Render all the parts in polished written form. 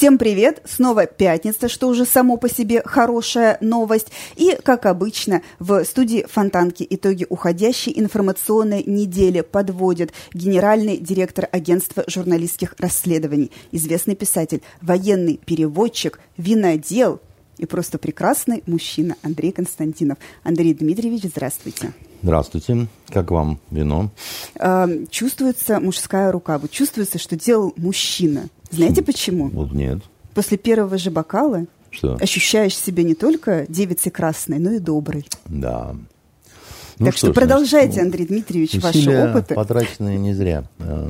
Всем привет! Снова пятница, что уже само по себе хорошая новость. И, как обычно, в студии Фонтанки итоги уходящей информационной недели подводит генеральный директор агентства журналистских расследований, известный писатель, военный переводчик, винодел и просто прекрасный мужчина Андрей Константинов. Андрей Дмитриевич, здравствуйте. Здравствуйте. Как вам вино? Чувствуется мужская рука. Вот чувствуется, что делал мужчина. Знаете почему? Вот нет. После первого же бокала Что? Ощущаешь себя не только девицей красной, но и доброй. Да. Так что продолжайте, Андрей Дмитриевич, ваши опыты. Потраченные не зря.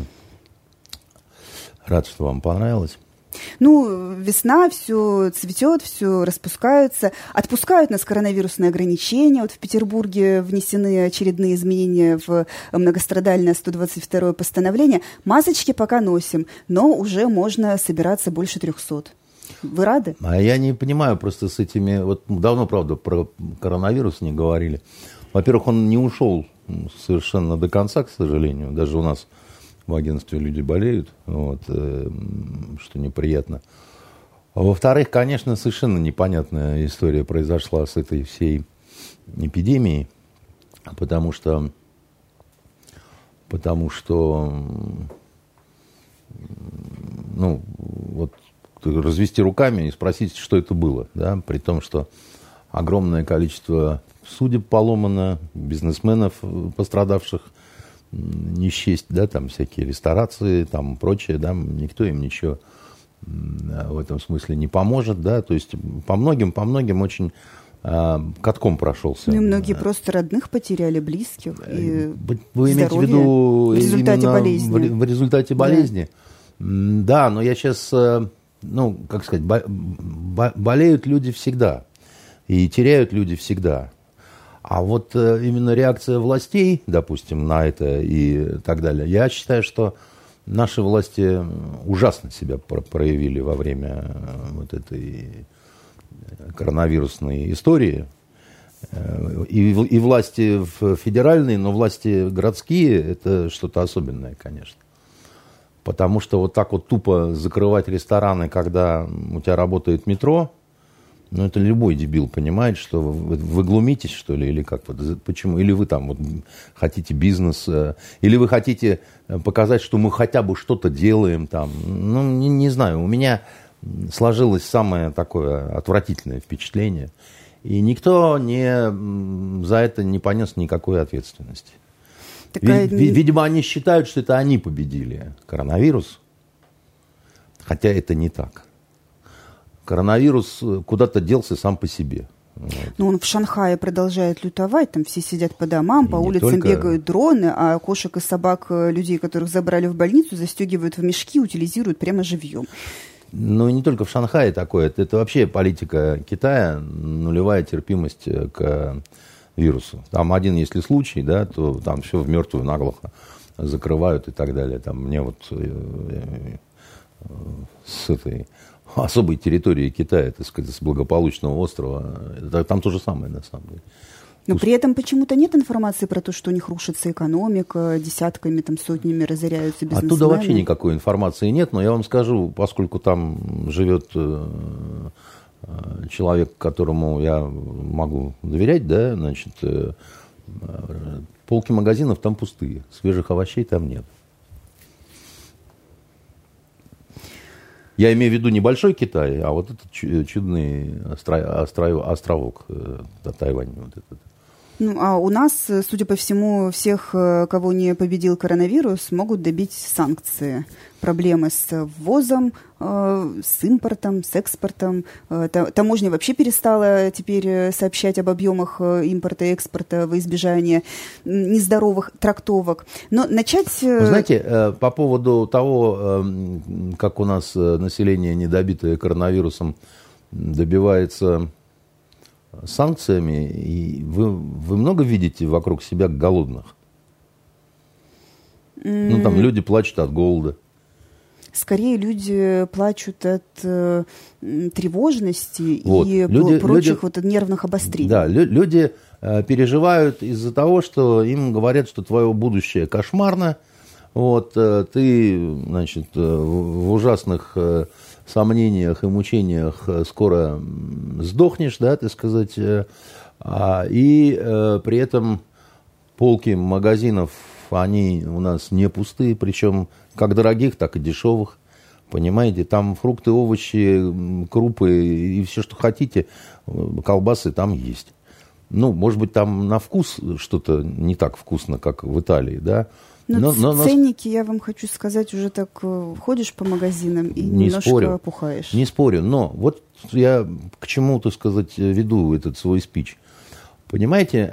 Рад, что вам понравилось. Ну, весна, все цветет, все распускается. Отпускают нас коронавирусные ограничения. Вот в Петербурге внесены очередные изменения в многострадальное 122-е постановление. Масочки пока носим, но уже можно собираться больше 300. Вы рады? А я не понимаю просто с этими... Вот давно, правда, про коронавирус не говорили. Во-первых, он не ушел совершенно до конца, к сожалению. Даже у нас в агентстве люди болеют, вот, что неприятно. А во-вторых, конечно, совершенно непонятная история произошла с этой всей эпидемией, потому что ну, вот, развести руками и спросить, что это было, да, при том, что огромное количество судеб поломано, бизнесменов пострадавших, не счесть, да, там всякие ресторации, там прочее, да, никто им ничего в этом смысле не поможет, да, то есть по многим очень катком прошелся. Ну и многие просто родных потеряли, близких, и вы имеете в виду в результате болезни? В результате болезни? Да, но я сейчас, ну, как сказать, болеют люди всегда, и теряют люди всегда. А вот именно реакция властей, допустим, на это и так далее, я считаю, что наши власти ужасно себя проявили во время вот этой коронавирусной истории. И власти федеральные, но власти городские – это что-то особенное, конечно. Потому что вот так вот тупо закрывать рестораны, когда у тебя работает метро, ну, это любой дебил понимает, что вы глумитесь, что ли, или как? Вот, почему? Или вы там вот хотите бизнес, или вы хотите показать, что мы хотя бы что-то делаем там. Ну, не знаю, у меня сложилось самое такое отвратительное впечатление. И никто за это не понес никакой ответственности. Видимо, они считают, что это они победили коронавирус, хотя это не так. Коронавирус куда-то делся сам по себе. Вот. Ну, он в Шанхае продолжает лютовать, там все сидят по домам, по улицам бегают дроны, а кошек и собак, людей, которых забрали в больницу, застегивают в мешки, утилизируют прямо живьем. Ну, и не только в Шанхае такое. Это вообще политика Китая, нулевая терпимость к вирусу. Там один, если случай, да, то там все в мертвую наглухо закрывают и так далее. Там мне вот с этой особой территории Китая, так сказать, с благополучного острова, там то же самое, на самом деле. Но при этом почему-то нет информации про то, что у них рушится экономика, десятками, там, сотнями разоряются бизнесмены. Оттуда вообще никакой информации нет, но я вам скажу, поскольку там живет человек, которому я могу доверять, да, значит, полки магазинов там пустые, свежих овощей там нет. Я имею в виду не большой Китай, а вот этот чудный островок Тайвань. Вот этот. Ну, а у нас, судя по всему, всех, кого не победил коронавирус, могут добить санкции. Проблемы с ввозом, с импортом, с экспортом. Таможня вообще перестала теперь сообщать об объемах импорта и экспорта во избежание нездоровых трактовок. Но начать... Вы знаете, по поводу того, как у нас население, недобитое коронавирусом, добивается санкциями, и вы много видите вокруг себя голодных? Ну, там люди плачут от голода. Скорее люди плачут от тревожности вот. И прочих вот нервных обострений. Да, люди переживают из-за того, что им говорят, что твое будущее кошмарно, вот, ты, значит, в ужасных сомнениях и мучениях скоро сдохнешь, да, так сказать, и при этом полки магазинов, они у нас не пустые, причем как дорогих, так и дешевых. Понимаете, там фрукты, овощи, крупы и все, что хотите, колбасы там есть. Ну, может быть, там на вкус что-то не так вкусно, как в Италии, да. Но ценники, я вам хочу сказать, уже так ходишь по магазинам и немножко опухаешь. Не спорю, но вот я к чему, так сказать, веду этот свой спич. Понимаете,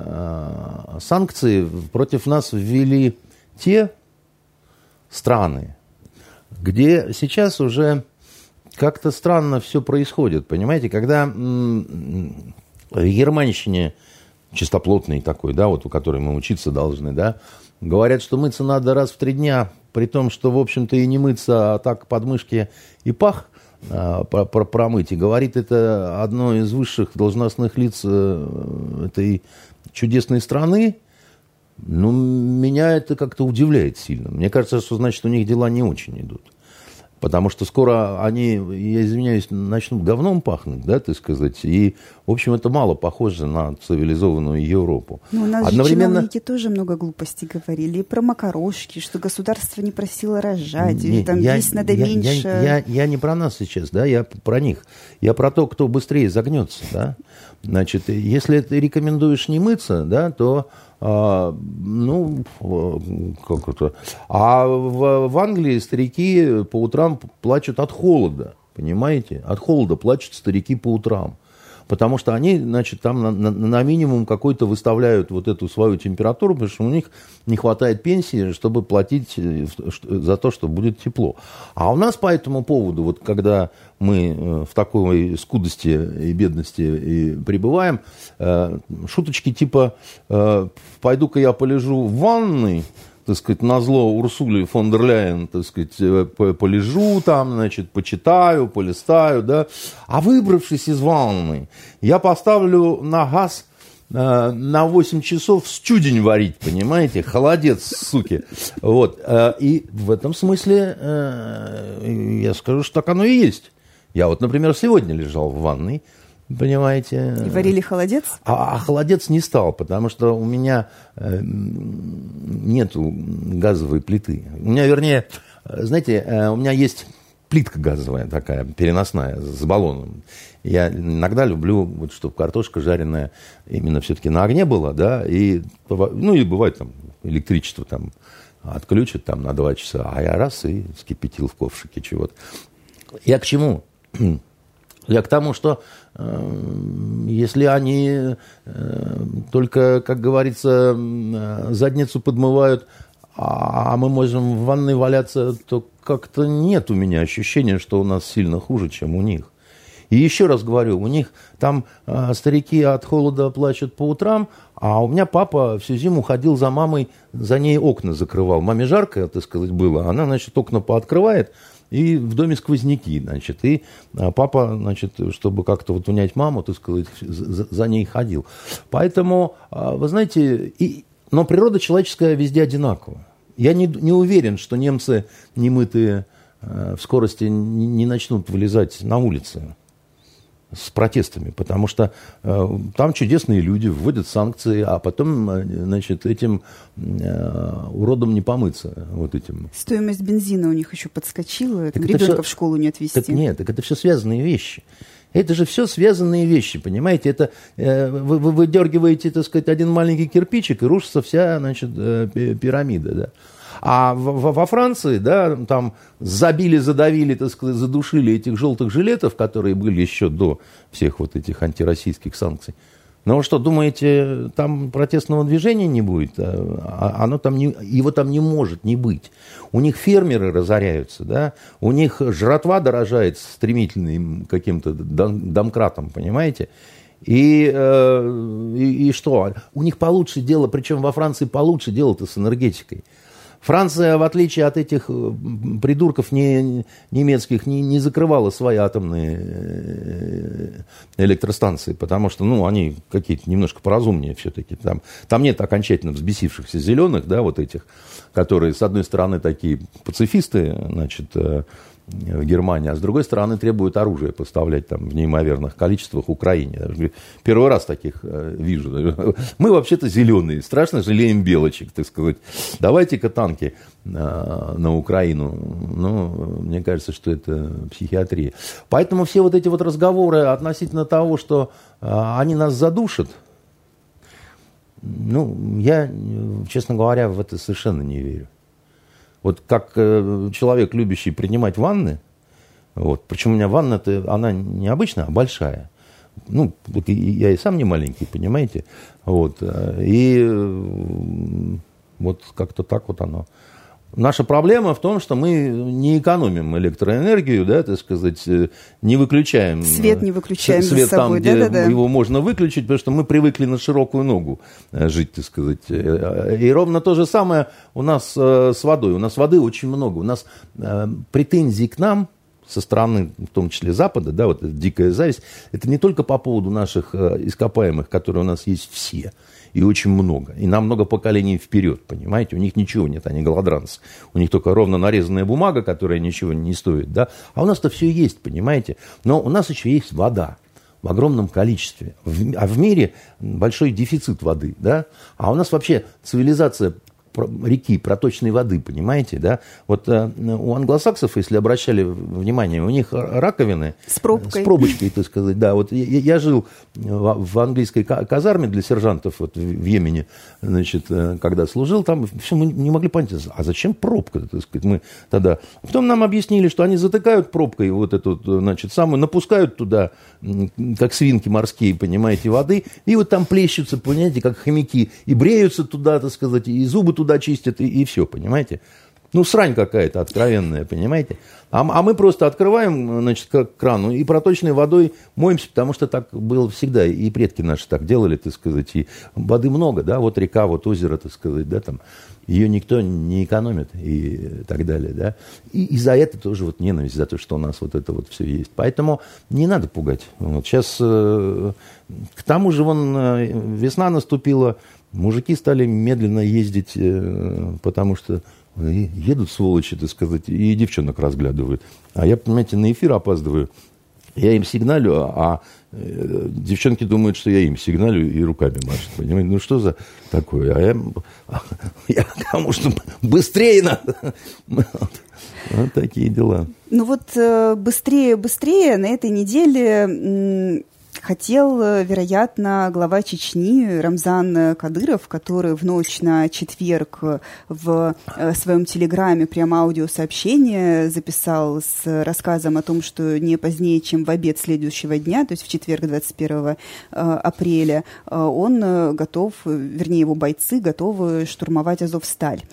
санкции против нас ввели те страны, где сейчас уже как-то странно все происходит. Понимаете, когда в германщине чистоплотный такой, да, вот у которой мы учиться должны, да, говорят, что мыться надо раз в 3 дня, при том, что, в общем-то, и не мыться, а так подмышки и пах промыть. И говорит это одно из высших должностных лиц этой чудесной страны. Ну, меня это как-то удивляет сильно. Мне кажется, что, значит, у них дела не очень идут. Потому что скоро они, я извиняюсь, начнут говном пахнуть, да, так сказать. И, в общем, это мало похоже на цивилизованную Европу. Но у нас же чиновники тоже много глупостей говорили. И про макарошки, что государство не просило рожать, или там есть надо меньше. Я не про нас сейчас, да, я про них. Я про то, кто быстрее загнется, да. Значит, если ты рекомендуешь не мыться, да, то... ну, как это? А в Англии старики по утрам плачут от холода, понимаете? От холода плачут старики по утрам. Потому что они, значит, там на минимум какой-то выставляют вот эту свою температуру, потому что у них не хватает пенсии, чтобы платить за то, что будет тепло. А у нас по этому поводу, вот когда мы в такой скудости и бедности и пребываем, шуточки типа «пойду-ка я полежу в ванной», так сказать, назло Урсуле фон дер Ляйен, так сказать, полежу там, значит, почитаю, полистаю, да. А выбравшись из ванны, я поставлю на газ на 8 часов студень варить, понимаете? Холодец, суки. Вот. И в этом смысле я скажу, что так оно и есть. Я вот, например, сегодня лежал в ванной, понимаете. И варили холодец? А холодец не стал, потому что у меня нету газовой плиты. У меня, вернее, знаете, у меня есть плитка газовая такая, переносная, с баллоном. Я иногда люблю, вот, чтобы картошка жареная именно все-таки на огне была, да, и, ну, и бывает там электричество там отключат там на 2 часа, а я раз и вскипятил в ковшике чего-то. Я к чему? Я к тому, что если они только, как говорится, задницу подмывают, а мы можем в ванной валяться, то как-то нет у меня ощущения, что у нас сильно хуже, чем у них. И еще раз говорю, у них там старики от холода плачут по утрам, а у меня папа всю зиму ходил за мамой, за ней окна закрывал. Маме жарко, так сказать, было, она, значит, окна пооткрывает, и в доме сквозняки, значит, и папа, значит, чтобы как-то вот унять маму, так сказать, за ней ходил. Поэтому, вы знаете, но природа человеческая везде одинакова. Я не уверен, что немцы немытые в скорости не начнут вылезать на улицы с протестами, потому что там чудесные люди вводят санкции, а потом, значит, этим уродом не помыться. Вот этим. Стоимость бензина у них еще подскочила, ребенка в школу не отвезти. Так нет, так это все связанные вещи. Это же все связанные вещи, понимаете? Это вы выдергиваете, так сказать, один маленький кирпичик, и рушится вся, значит, пирамида, да. А во Франции, да, там забили, задавили, так сказать, задушили этих желтых жилетов, которые были еще до всех вот этих антироссийских санкций. Ну вы что, думаете, там протестного движения не будет? Оно там его там не может не быть. У них фермеры разоряются, да? У них жратва дорожает стремительным каким-то домкратом, понимаете? И что? У них получше дело, причем во Франции получше дело-то с энергетикой. Франция, в отличие от этих придурков немецких, не закрывала свои атомные электростанции, потому что, ну, они какие-то немножко поразумнее все-таки. Там нет окончательно взбесившихся зеленых, да, вот этих, которые, с одной стороны, такие пацифисты, значит, в Германии, а с другой стороны требуют оружие поставлять там в неимоверных количествах Украине. Первый раз таких вижу. Мы вообще-то зеленые, страшно жалеем белочек, так сказать. Давайте-ка танки на Украину. Ну, мне кажется, что это психиатрия. Поэтому все вот эти вот разговоры относительно того, что они нас задушат, ну, я, честно говоря, в это совершенно не верю. Вот как человек, любящий принимать ванны, вот, причем у меня ванна-то, она не обычная, а большая. Ну, я и сам не маленький, понимаете? Вот, и вот как-то так вот оно. Наша проблема в том, что мы не экономим электроэнергию, да, так сказать, не выключаем. Свет не выключаем свет за собой, там, где да. его можно выключить, потому что мы привыкли на широкую ногу жить, так сказать. И ровно то же самое у нас с водой. У нас воды очень много. У нас претензий к нам со стороны, в том числе Запада, да, вот эта дикая зависть, это не только по поводу наших ископаемых, которые у нас есть все, и очень много. И на много поколений вперед, понимаете? У них ничего нет, они голодранцы. У них только ровно нарезанная бумага, которая ничего не стоит, да? А у нас-то все есть, понимаете? Но у нас еще есть вода в огромном количестве. А в мире большой дефицит воды, да? А у нас вообще цивилизация реки, проточной воды, понимаете, да? Вот у англосаксов, если обращали внимание, у них раковины с пробкой. С пробочкой, так сказать, да. Вот я жил в английской казарме для сержантов вот, в Йемене, значит, когда служил там, все, мы не могли понять, а зачем пробка, так сказать, мы тогда... Потом нам объяснили, что они затыкают пробкой вот эту, значит, самую, напускают туда, как свинки морские, понимаете, воды, и вот там плещутся, понимаете, как хомяки, и бреются туда, так сказать, и зубы туда чистят, и все, понимаете? Ну, срань какая-то откровенная, понимаете? А мы просто открываем, значит, как кран, и проточной водой моемся, потому что так было всегда, и предки наши так делали, так сказать, и воды много, да, вот река, вот озеро, так сказать, да, там, ее никто не экономит и так далее, да. И за это тоже вот ненависть, за то, что у нас вот это вот все есть. Поэтому не надо пугать. Вот сейчас, к тому же, вон, весна наступила, мужики стали медленно ездить, потому что едут сволочи, так сказать, и девчонок разглядывают. А я, понимаете, на эфир опаздываю. Я им сигналю, а девчонки думают, что я им сигналю и руками машут. Понимаете, ну что за такое? А я потому что быстрее надо. Вот такие дела. Ну вот быстрее на этой неделе... Хотел, вероятно, глава Чечни Рамзан Кадыров, который в ночь на четверг в своем телеграме прямо аудиосообщение записал с рассказом о том, что не позднее, чем в обед следующего дня, то есть в четверг 21 апреля, он готов, вернее, его бойцы готовы штурмовать Азовсталь.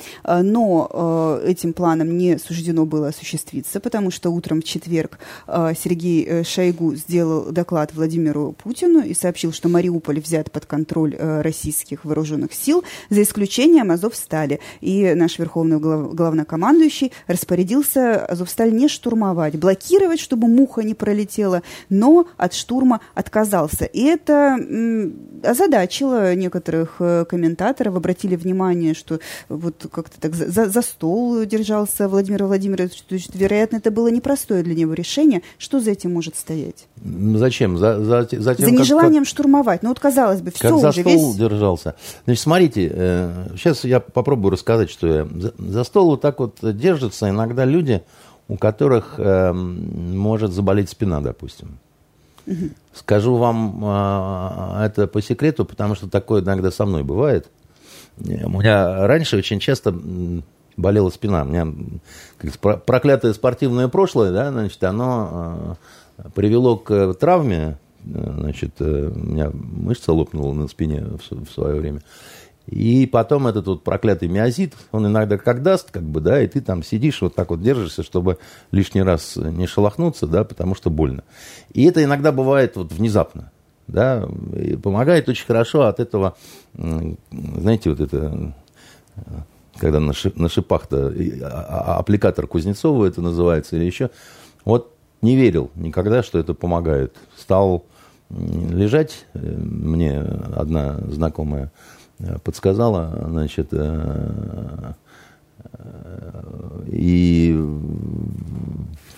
Но этим планом не суждено было осуществиться, потому что утром в четверг Сергей Шойгу сделал доклад Владимиру Путину и сообщил, что Мариуполь взят под контроль российских вооруженных сил, за исключением Азовстали. И наш верховный главнокомандующий распорядился Азовсталь не штурмовать, блокировать, чтобы муха не пролетела, но от штурма отказался. И это озадачило некоторых комментаторов, обратили внимание, что вот как-то так за стол держался Владимир Владимирович. То есть, вероятно, это было непростое для него решение. Что за этим может стоять? Зачем? За нежеланием штурмовать. Ну вот, казалось бы, все как уже за стол держался. Значит, смотрите, сейчас я попробую рассказать, что я... За стол вот так вот держатся иногда люди, у которых может заболеть спина, допустим. Угу. Скажу вам это по секрету, потому что такое иногда со мной бывает. У меня раньше очень часто болела спина. У меня проклятое спортивное прошлое, да, значит, оно привело к травме. Значит, у меня мышца лопнула на спине в свое время. И потом этот вот проклятый миозит, он иногда как даст, как бы, да, и ты там сидишь, вот так вот держишься, чтобы лишний раз не шелохнуться, да, потому что больно. И это иногда бывает вот внезапно, да, и помогает очень хорошо от этого, знаете, вот это, когда на шипах-то аппликатор Кузнецова это называется, или еще, вот не верил никогда, что это помогает. Стал лежать, мне одна знакомая подсказала, значит, и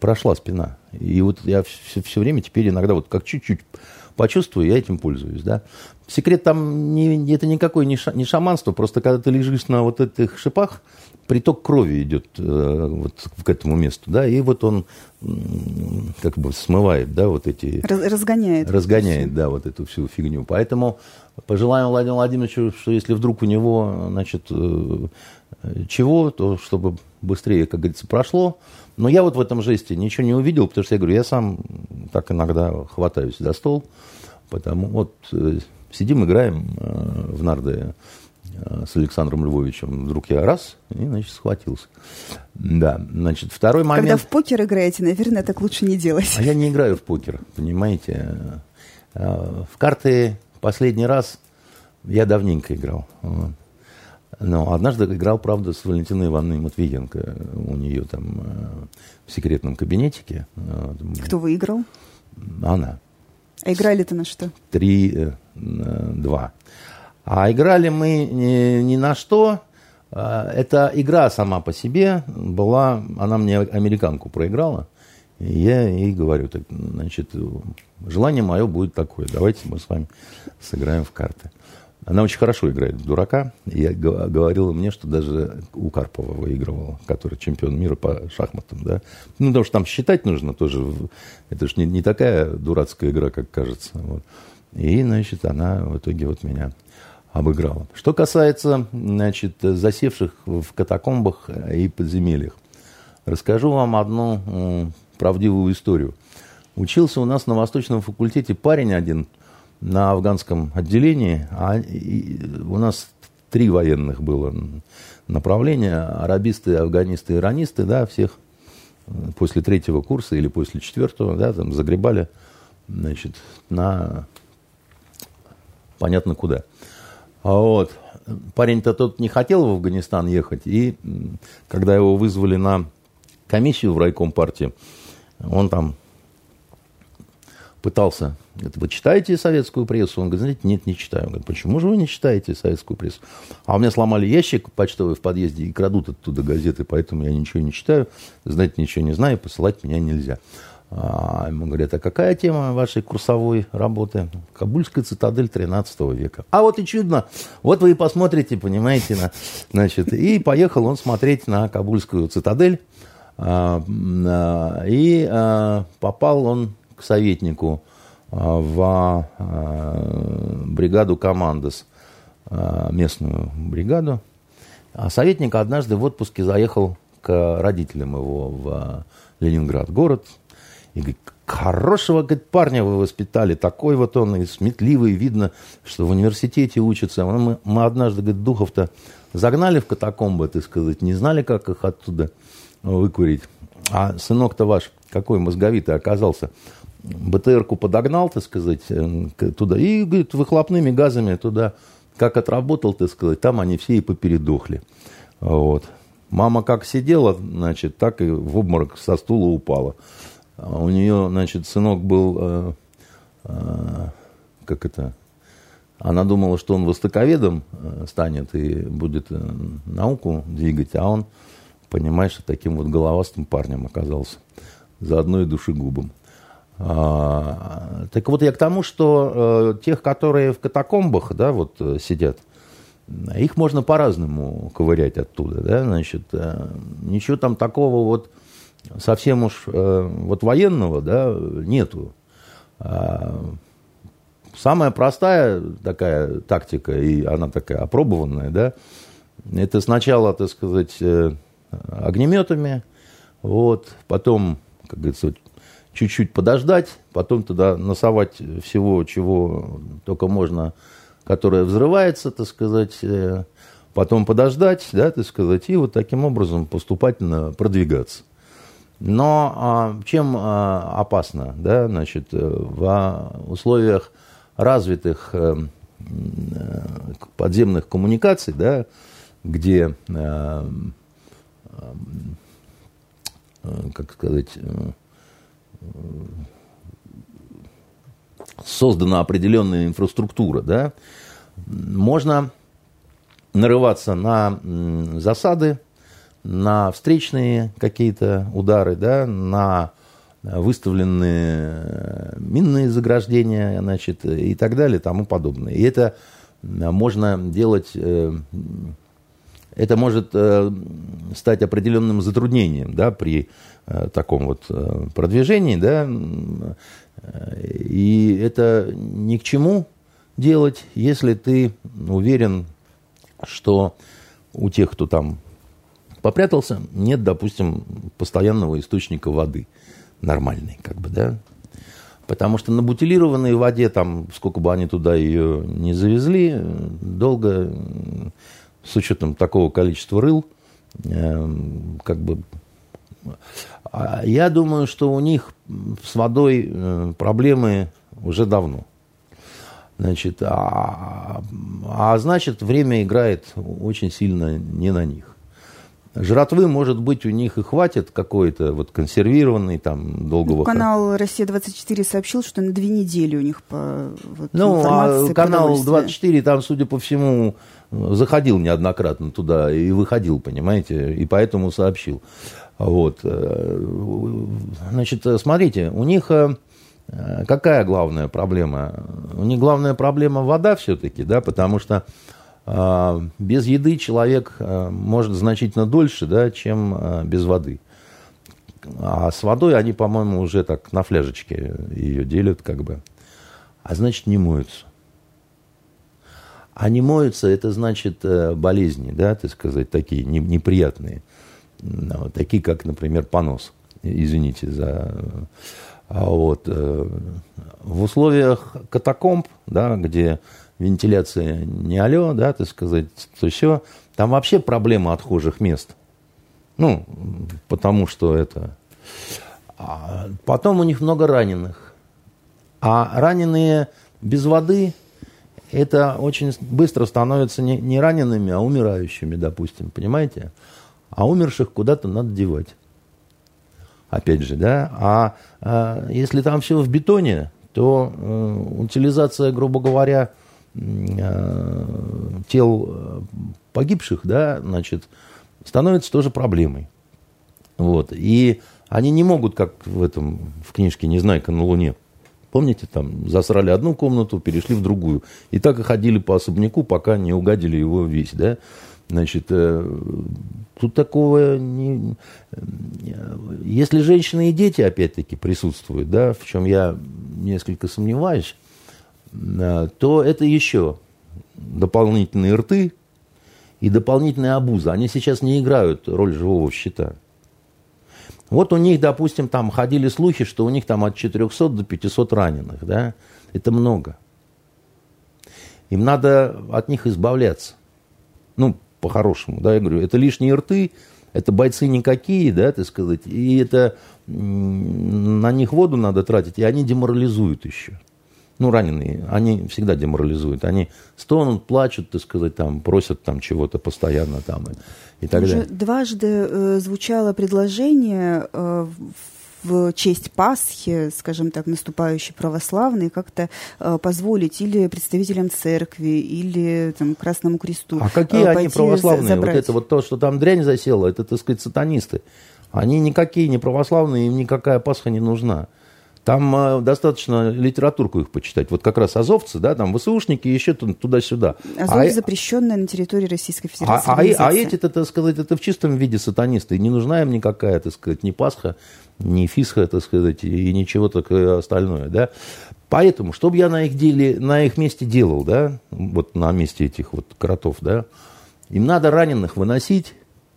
прошла спина. И вот я все время теперь иногда вот как чуть-чуть почувствую, я этим пользуюсь, да. Секрет там это никакое не шаманство, просто когда ты лежишь на вот этих шипах, приток крови идет вот к этому месту, да, и вот он как бы смывает, да, вот эти... Разгоняет, да, вот эту всю фигню. Поэтому пожелаем Владимиру Владимировичу, что если вдруг у него, значит, чего, то чтобы быстрее, как говорится, прошло. Но я вот в этом жесте ничего не увидел, потому что я говорю, я сам так иногда хватаюсь за стол, потому вот сидим, играем в нарды с Александром Львовичем. Вдруг я раз, и, значит, схватился. Да, значит, второй момент... Когда в покер играете, наверное, так лучше не делать. А я не играю в покер, понимаете. В карты последний раз я давненько играл. Но однажды играл, правда, с Валентиной Ивановной Матвиенко. У нее там в секретном кабинетике. Кто выиграл? Она. А играли-то на что? 3-2. А играли мы ни на что. Эта игра сама по себе была... Она мне американку проиграла. И я ей говорю, так, значит, желание мое будет такое. Давайте мы с вами сыграем в карты. Она очень хорошо играет в дурака. И говорила мне, что даже у Карпова выигрывала, который чемпион мира по шахматам. Да? Ну, потому что там считать нужно тоже. Это же не такая дурацкая игра, как кажется. Вот. И, значит, она в итоге вот меня обыграла. Что касается, значит, засевших в катакомбах и подземельях. Расскажу вам одну правдивую историю. Учился у нас на Восточном факультете парень один на афганском отделении, у нас 3 военных было направления, арабисты, афганисты, иранисты, да, всех после 3-го курса или после 4-го, да, там загребали, значит, на понятно куда. Вот. Парень-то тот не хотел в Афганистан ехать, и когда его вызвали на комиссию в райком партии, он там пытался, говорит, вы читаете советскую прессу? Он говорит, знаете, нет, не читаю. Он говорит, почему же вы не читаете советскую прессу? А у меня сломали ящик почтовый в подъезде и крадут оттуда газеты, поэтому я ничего не читаю, знать ничего не знаю, посылать меня нельзя. А ему говорят, а какая тема вашей курсовой работы? Кабульская цитадель 13 века. А вот и чудно. Вот вы и посмотрите, понимаете. Значит, и поехал он смотреть на Кабульскую цитадель. И попал он к советнику в бригаду «Командос», местную бригаду. А советник однажды в отпуске заехал к родителям его в Ленинград, город. И говорит, хорошего, говорит, парня вы воспитали, такой вот он, и сметливый, видно, что в университете учится. Мы однажды, говорит, духов-то загнали в катакомбы, так сказать, не знали, как их оттуда выкурить. А сынок-то ваш, какой мозговитый оказался, БТРку подогнал, так сказать, туда, и, говорит, выхлопными газами туда, как отработал, так сказать, там они все и попередохли. Вот. Мама как сидела, значит, так и в обморок со стула упала. У нее, значит, сынок был, она думала, что он востоковедом станет и будет науку двигать, а он, понимаешь, таким вот головастым парнем оказался, заодно и душегубом. Так вот, я к тому, что тех, которые в катакомбах, да, вот сидят, их можно по-разному ковырять оттуда, да, значит, ничего там такого вот совсем уж вот военного, да, нету. Самая простая такая тактика, и она такая опробованная, да, это сначала, так сказать, огнеметами, вот, потом, как говорится, чуть-чуть подождать, потом туда насовать всего, чего только можно, которое взрывается, так сказать, потом подождать, да, так сказать, и вот таким образом поступательно продвигаться. Но чем опасно, да, значит, в условиях развитых подземных коммуникаций, да, где, как сказать, создана определенная инфраструктура, да, можно нарываться на засады, на встречные какие-то удары, да, на выставленные минные заграждения, значит, и так далее, и тому подобное. И это можно делать, это может стать определенным затруднением, да, при таком вот продвижении, да, и это ни к чему делать, если ты уверен, что у тех, кто там попрятался, нет, допустим, постоянного источника воды нормальной, как бы, да. Потому что на бутилированной воде, там, сколько бы они туда ее не завезли, долго, с учетом такого количества рыл, как бы... Я думаю, что у них с водой проблемы уже давно. Значит, значит, время играет очень сильно не на них. Жратвы, может быть, у них и хватит какой-то вот консервированный, там, долгого... Канал «Россия-24» сообщил, что на 2 недели у них по информации канал 24, там, судя по всему, заходил неоднократно туда и выходил, понимаете, и поэтому сообщил. Вот. Значит, смотрите, у них какая главная проблема? У них главная проблема вода все-таки, да, потому что без еды человек может значительно дольше, да, чем без воды. А с водой они, по-моему, уже так на фляжечке ее делят, как бы. А значит, не моются. А не моются, это значит болезни, да, так сказать, такие неприятные. Такие, как, например, понос. Извините за... Вот. В условиях катакомб, да, где вентиляция не алё, да, так сказать, то все, там вообще проблема отхожих мест. Ну, потому что это... Потом у них много раненых. А раненые без воды, это очень быстро становятся не ранеными, а умирающими, допустим, понимаете? А умерших куда-то надо девать. Опять же, да. Если там все в бетоне, то утилизация, грубо говоря, тел погибших, да, значит, становится тоже проблемой. Вот. И они не могут, как в книжке «Незнайка на Луне». Помните, там засрали одну комнату, перешли в другую. И так и ходили по особняку, пока не угадили его весь, да. Значит, тут такого не... Если женщины и дети, опять-таки, присутствуют, да, в чем я несколько сомневаюсь, то это еще дополнительные рты и дополнительная обуза. Они сейчас не играют роль живого щита. Вот у них, допустим, там ходили слухи, что у них там от 400 до 500 раненых, да, это много. Им надо от них избавляться. Ну, по-хорошему, да, я говорю, это лишние рты, это бойцы никакие, да, так сказать, и это на них воду надо тратить, и они деморализуют еще. Ну, раненые, они всегда деморализуют, они стонут, плачут, так сказать, там, просят там чего-то постоянно там и так далее. Уже дважды звучало предложение в честь Пасхи, скажем так, наступающей православной, как-то позволить или представителям церкви, или там, Красному Кресту. А какие они православные? Вот это вот то, что там дрянь засела, это, так сказать, сатанисты. Они никакие не православные, им никакая Пасха не нужна. Там достаточно литературку их почитать. Вот как раз азовцы, да, там ВСУшники, еще туда-сюда. Азов запрещенная на территории Российской Федерации. А эти-то, так сказать, это в чистом виде сатанисты. И не нужна им никакая, так сказать, ни Пасха, ни Фисха, так сказать, и ничего такое остальное, да. Поэтому, что бы я на их месте делал, да, вот на месте этих вот кротов, да, им надо раненых выносить.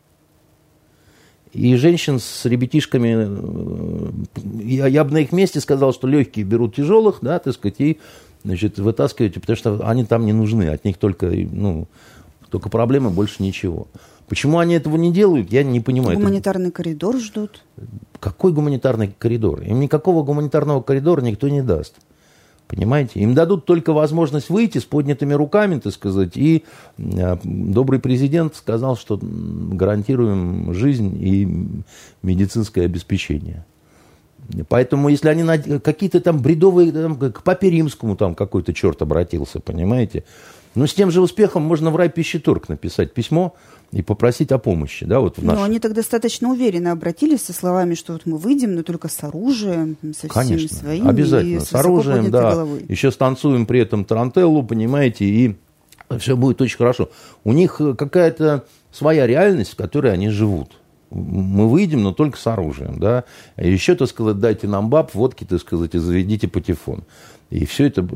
И женщин с ребятишками, я бы на их месте сказал, что легкие берут тяжелых, да, так сказать, и, значит, вытаскиваете, потому что они там не нужны, от них только проблемы, больше ничего. Почему они этого не делают, я не понимаю. Гуманитарный коридор ждут. Какой гуманитарный коридор? Им никакого гуманитарного коридора никто не даст. Понимаете? Им дадут только возможность выйти с поднятыми руками, так сказать, и добрый президент сказал, что гарантируем жизнь и медицинское обеспечение. Поэтому, если они какие-то там бредовые, там, к Папе Римскому там какой-то черт обратился, понимаете, но с тем же успехом можно в райпищеторг написать письмо и попросить о помощи. Да, вот но они так достаточно уверенно обратились со словами, что вот мы выйдем, но только с оружием, со всеми своими. Обязательно, с оружием, да. Головой. Еще станцуем при этом тарантеллу, понимаете, и все будет очень хорошо. У них какая-то своя реальность, в которой они живут. Мы выйдем, но только с оружием, да. А еще, так сказать, дайте нам баб, водки, так сказать, и заведите патефон. И все это,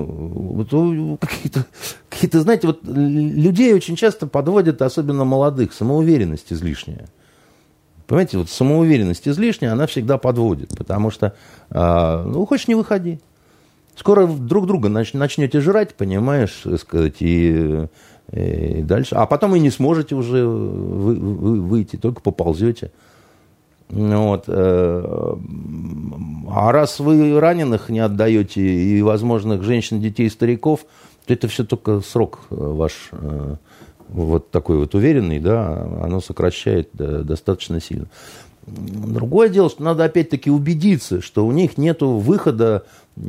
какие-то, знаете, вот людей очень часто подводят, особенно молодых, самоуверенность излишняя. Понимаете, вот самоуверенность излишняя, она всегда подводит, потому что, хочешь, не выходи. Скоро друг друга начнете жрать, понимаешь, так сказать, и дальше. А потом и не сможете уже выйти, только поползете. Вот. А раз вы раненых не отдаете и возможных женщин, детей, стариков, то это все только срок ваш вот такой вот уверенный, да, оно сокращает достаточно сильно. Другое дело, что надо опять-таки убедиться, что у них нет выхода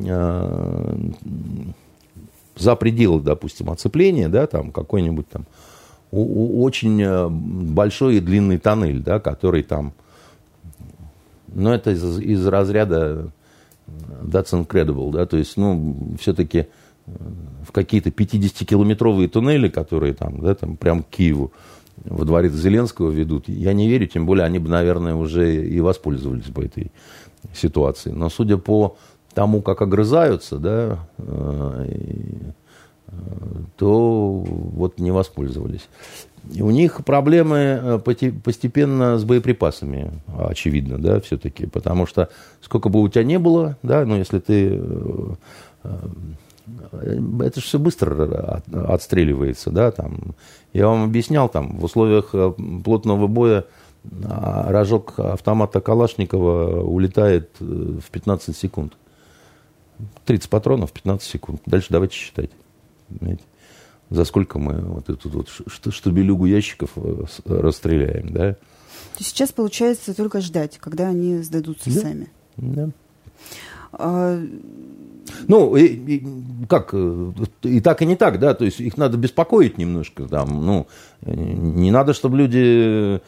за пределы, допустим, оцепления, да, там какой-нибудь там очень большой и длинный тоннель, да, который там, но это из разряда that's incredible, да, то есть, все-таки в какие-то 50-километровые туннели, которые там, да, там прям к Киеву во дворец Зеленского ведут, я не верю, тем более они бы, наверное, уже и воспользовались бы этой ситуацией. Но судя по тому, как огрызаются, да, то вот не воспользовались. И у них проблемы постепенно с боеприпасами, очевидно, да, все-таки, потому что сколько бы у тебя не было, да, если ты... Это же все быстро отстреливается, да, там. Я вам объяснял, там, в условиях плотного боя рожок автомата Калашникова улетает в 15 секунд. 30 патронов, 15 секунд. Дальше давайте считать. Понимаете? За сколько мы вот эту вот штабелюгу ящиков расстреляем, да? То сейчас получается только ждать, когда они сдадутся сами. Да. Как, и так, и не так, да, то есть их надо беспокоить немножко, там, не надо, чтобы люди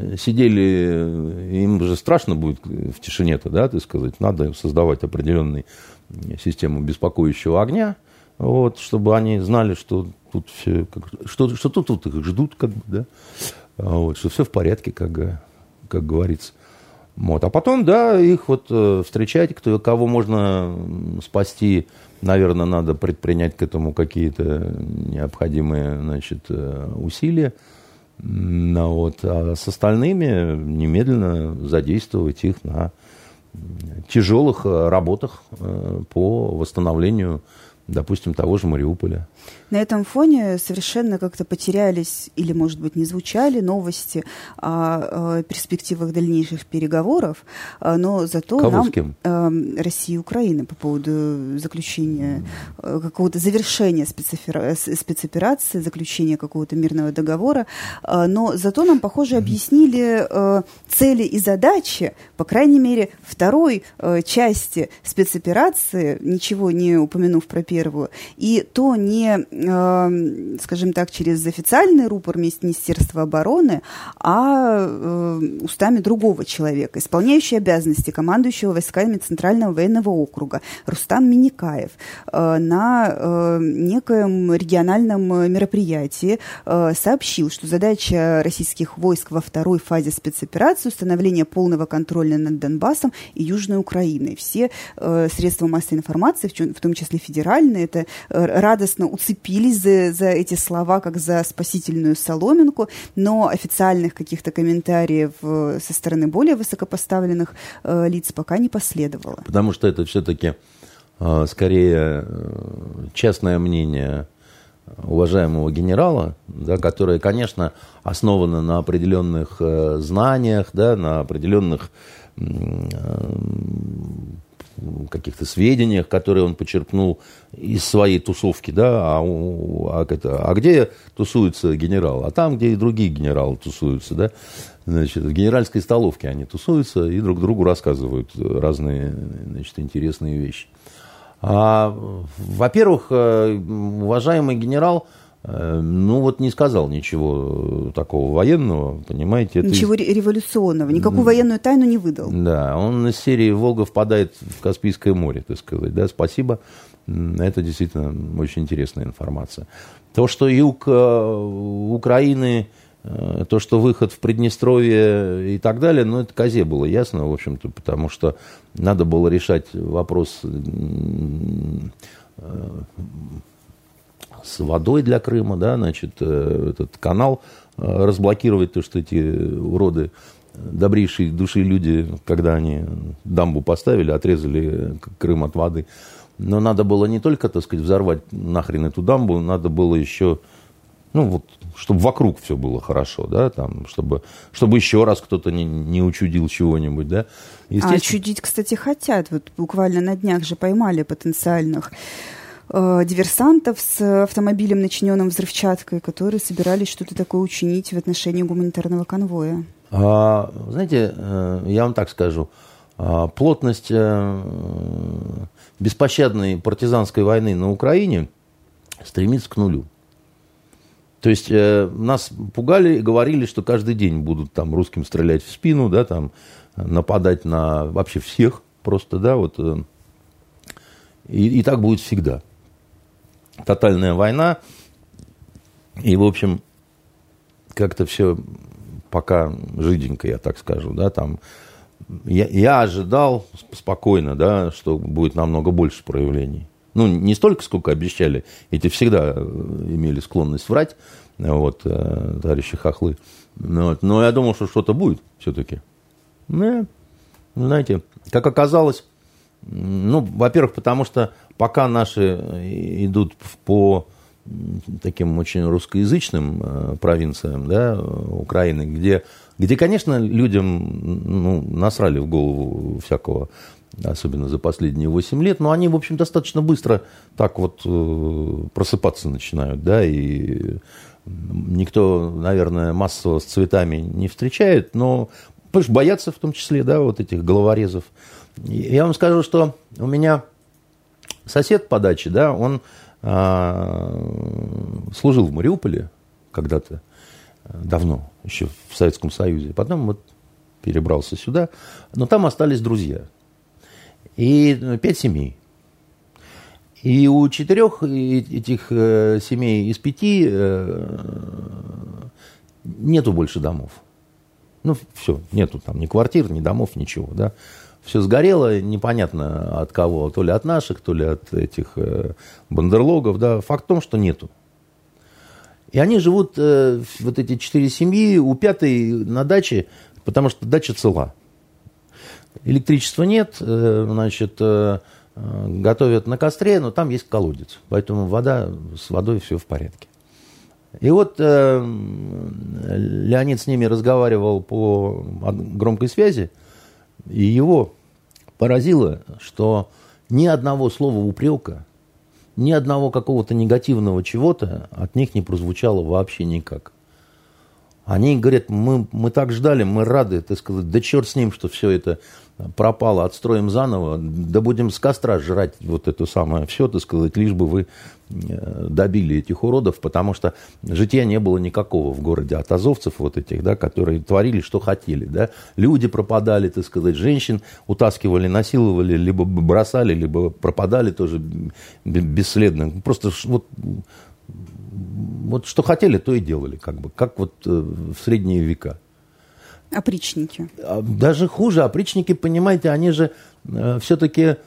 сидели, им же страшно будет в тишине-то, да, так сказать, надо создавать определенную систему беспокоящего огня, вот, чтобы они знали, что тут все, что тут их ждут, как бы, да, вот, что все в порядке, как говорится. Вот. А потом, да, их вот встречать, кого можно спасти, наверное, надо предпринять к этому какие-то необходимые, значит, усилия. Вот. А с остальными немедленно задействовать их на тяжелых работах по восстановлению, допустим, того же Мариуполя. На этом фоне совершенно как-то потерялись или, может быть, не звучали новости о перспективах дальнейших переговоров, но зато Кого, с кем? России и Украины по поводу заключения какого-то завершения спецоперации, заключения какого-то мирного договора, но зато нам, похоже, объяснили цели и задачи, по крайней мере, второй части спецоперации, ничего не упомянув про первую, и то не, скажем так, через официальный рупор Министерства обороны, а устами другого человека, исполняющий обязанности командующего войсками Центрального военного округа Рустам Миникаев на некоем региональном мероприятии сообщил, что задача российских войск во второй фазе спецоперации — установление полного контроля над Донбассом и Южной Украиной. Все средства массовой информации, в том числе федеральные, это радостно уцепились за эти слова, как за спасительную соломинку, но официальных каких-то комментариев со стороны более высокопоставленных лиц пока не последовало. Потому что это все-таки скорее частное мнение уважаемого генерала, да, которое, конечно, основано на определенных знаниях, да, на определенных каких-то сведениях, которые он почерпнул из своей тусовки, да, а где тусуется генерал? А там, где и другие генералы тусуются, да, значит, в генеральской столовке они тусуются и друг другу рассказывают разные, значит, интересные вещи. Во-первых, уважаемый генерал, ну вот не сказал ничего такого военного, понимаете. Ничего революционного, никакую военную тайну не выдал. Да, он из серии «Волга впадает в Каспийское море», так сказать. Да, спасибо, это действительно очень интересная информация. То, что юг Украины, то, что выход в Приднестровье и так далее, ну, это козе было ясно, в общем-то, потому что надо было решать вопрос с водой для Крыма, да, значит, этот канал разблокировать, то, что эти уроды, добрейшие души люди, когда они дамбу поставили, отрезали Крым от воды. Но надо было не только, так сказать, взорвать нахрен эту дамбу, надо было еще, ну, вот, чтобы вокруг все было хорошо, да, там, чтобы еще раз кто-то не учудил чего-нибудь, да. А чудить, кстати, хотят. Вот буквально на днях же поймали потенциальных диверсантов с автомобилем, начиненным взрывчаткой, которые собирались что-то такое учинить в отношении гуманитарного конвоя. Знаете, я вам так скажу, плотность беспощадной партизанской войны на Украине стремится к нулю. То есть нас пугали и говорили, что каждый день будут там русским стрелять в спину, да, там нападать на вообще всех просто, да, вот. И так будет всегда. Тотальная война. И, в общем, как-то все пока жиденько, я так скажу, да, там. Я ожидал спокойно, да, что будет намного больше проявлений. Ну, не столько, сколько обещали. Эти всегда имели склонность врать, вот, товарищи хохлы. Вот. Но я думал, что что-то будет все-таки. Знаете, как оказалось, ну, во-первых, потому что пока наши идут по таким очень русскоязычным провинциям, да, Украины, где, конечно, людям, ну, насрали в голову всякого, особенно за последние 8 лет, но они, в общем, достаточно быстро так вот просыпаться начинают, да, и никто, наверное, массово с цветами не встречает, но, потому что боятся в том числе, да, вот этих головорезов. Я вам скажу, что у меня сосед по даче, да, он служил в Мариуполе когда-то, давно, еще в Советском Союзе. Потом вот перебрался сюда, но там остались друзья. И 5 семей. И у 4 этих семей из 5 нету больше домов. Ну, все, нету там ни квартир, ни домов, ничего, да. Все сгорело, непонятно от кого, то ли от наших, то ли от этих бандерлогов, да. Факт в том, что нету. И они живут, вот эти 4 семьи, у 5-й на даче, потому что дача цела. Электричества нет, значит, готовят на костре, но там есть колодец. Поэтому с водой все в порядке. И вот Леонид с ними разговаривал по громкой связи, и его поразило, что ни одного слова упрека, ни одного какого-то негативного чего-то от них не прозвучало вообще никак. Они говорят, мы так ждали, мы рады, так сказать, да черт с ним, что все это пропало, отстроим заново, да будем с костра жрать вот это самое все, так сказать, лишь бы вы добили этих уродов, потому что житья не было никакого в городе от азовцев вот этих, да, которые творили, что хотели, да. Люди пропадали, так сказать, женщин утаскивали, насиловали, либо бросали, либо пропадали тоже бесследно. Просто вот что хотели, то и делали, как бы, как вот в средние века. Опричники. Даже хуже. Опричники, понимаете, они же все-таки,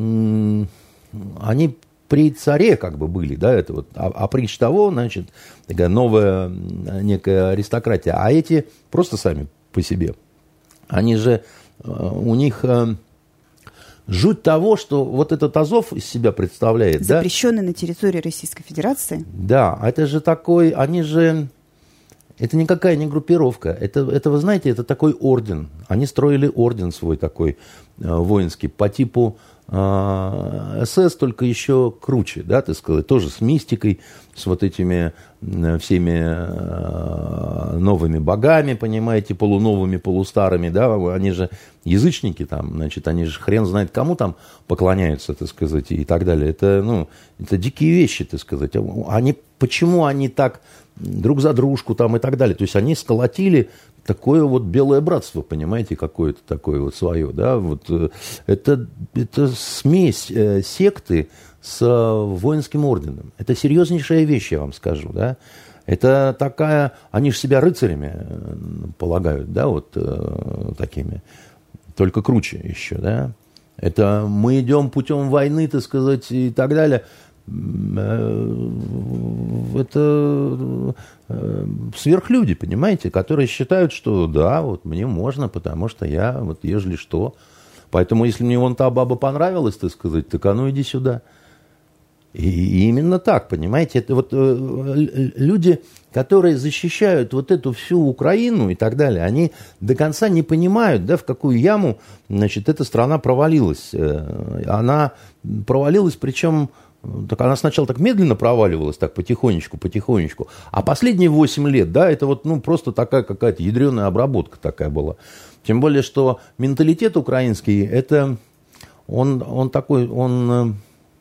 они при царе как бы были, да, это вот оприч того, значит, такая новая некая аристократия. А эти просто сами по себе. Они же, у них жуть того, что вот этот Азов из себя представляет. Запрещенный, да? На территории Российской Федерации. Да, это же такой, они же... Это никакая не группировка. Это, вы знаете, это такой орден. Они строили орден свой такой воинский по типу СС, только еще круче, да, так сказать, тоже с мистикой, с вот этими всеми новыми богами, понимаете, полуновыми, полустарыми, да, они же язычники там, значит, они же хрен знает кому там поклоняются, так сказать, и так далее. Это, это дикие вещи, так сказать. Почему они так друг за дружку там и так далее? То есть они сколотили такое вот белое братство, понимаете, какое-то такое вот свое, да, вот это смесь секты с воинским орденом. Это серьезнейшая вещь, я вам скажу, да. Это такая, они же себя рыцарями полагают, да, вот такими, только круче еще, да. Это мы идем путем войны, так сказать, и так далее. Это сверхлюди, понимаете, которые считают, что да, вот мне можно, потому что я вот ежели что. Поэтому если мне вон та баба понравилась, так сказать, так а ну иди сюда. И именно так, понимаете, это вот люди, которые защищают вот эту всю Украину и так далее, они до конца не понимают, да, в какую яму, значит, эта страна провалилась. Она провалилась, причем так она сначала так медленно проваливалась, так потихонечку, а последние 8 лет, да, это вот, просто такая какая-то ядреная обработка такая была. Тем более, что менталитет украинский, это, он такой, он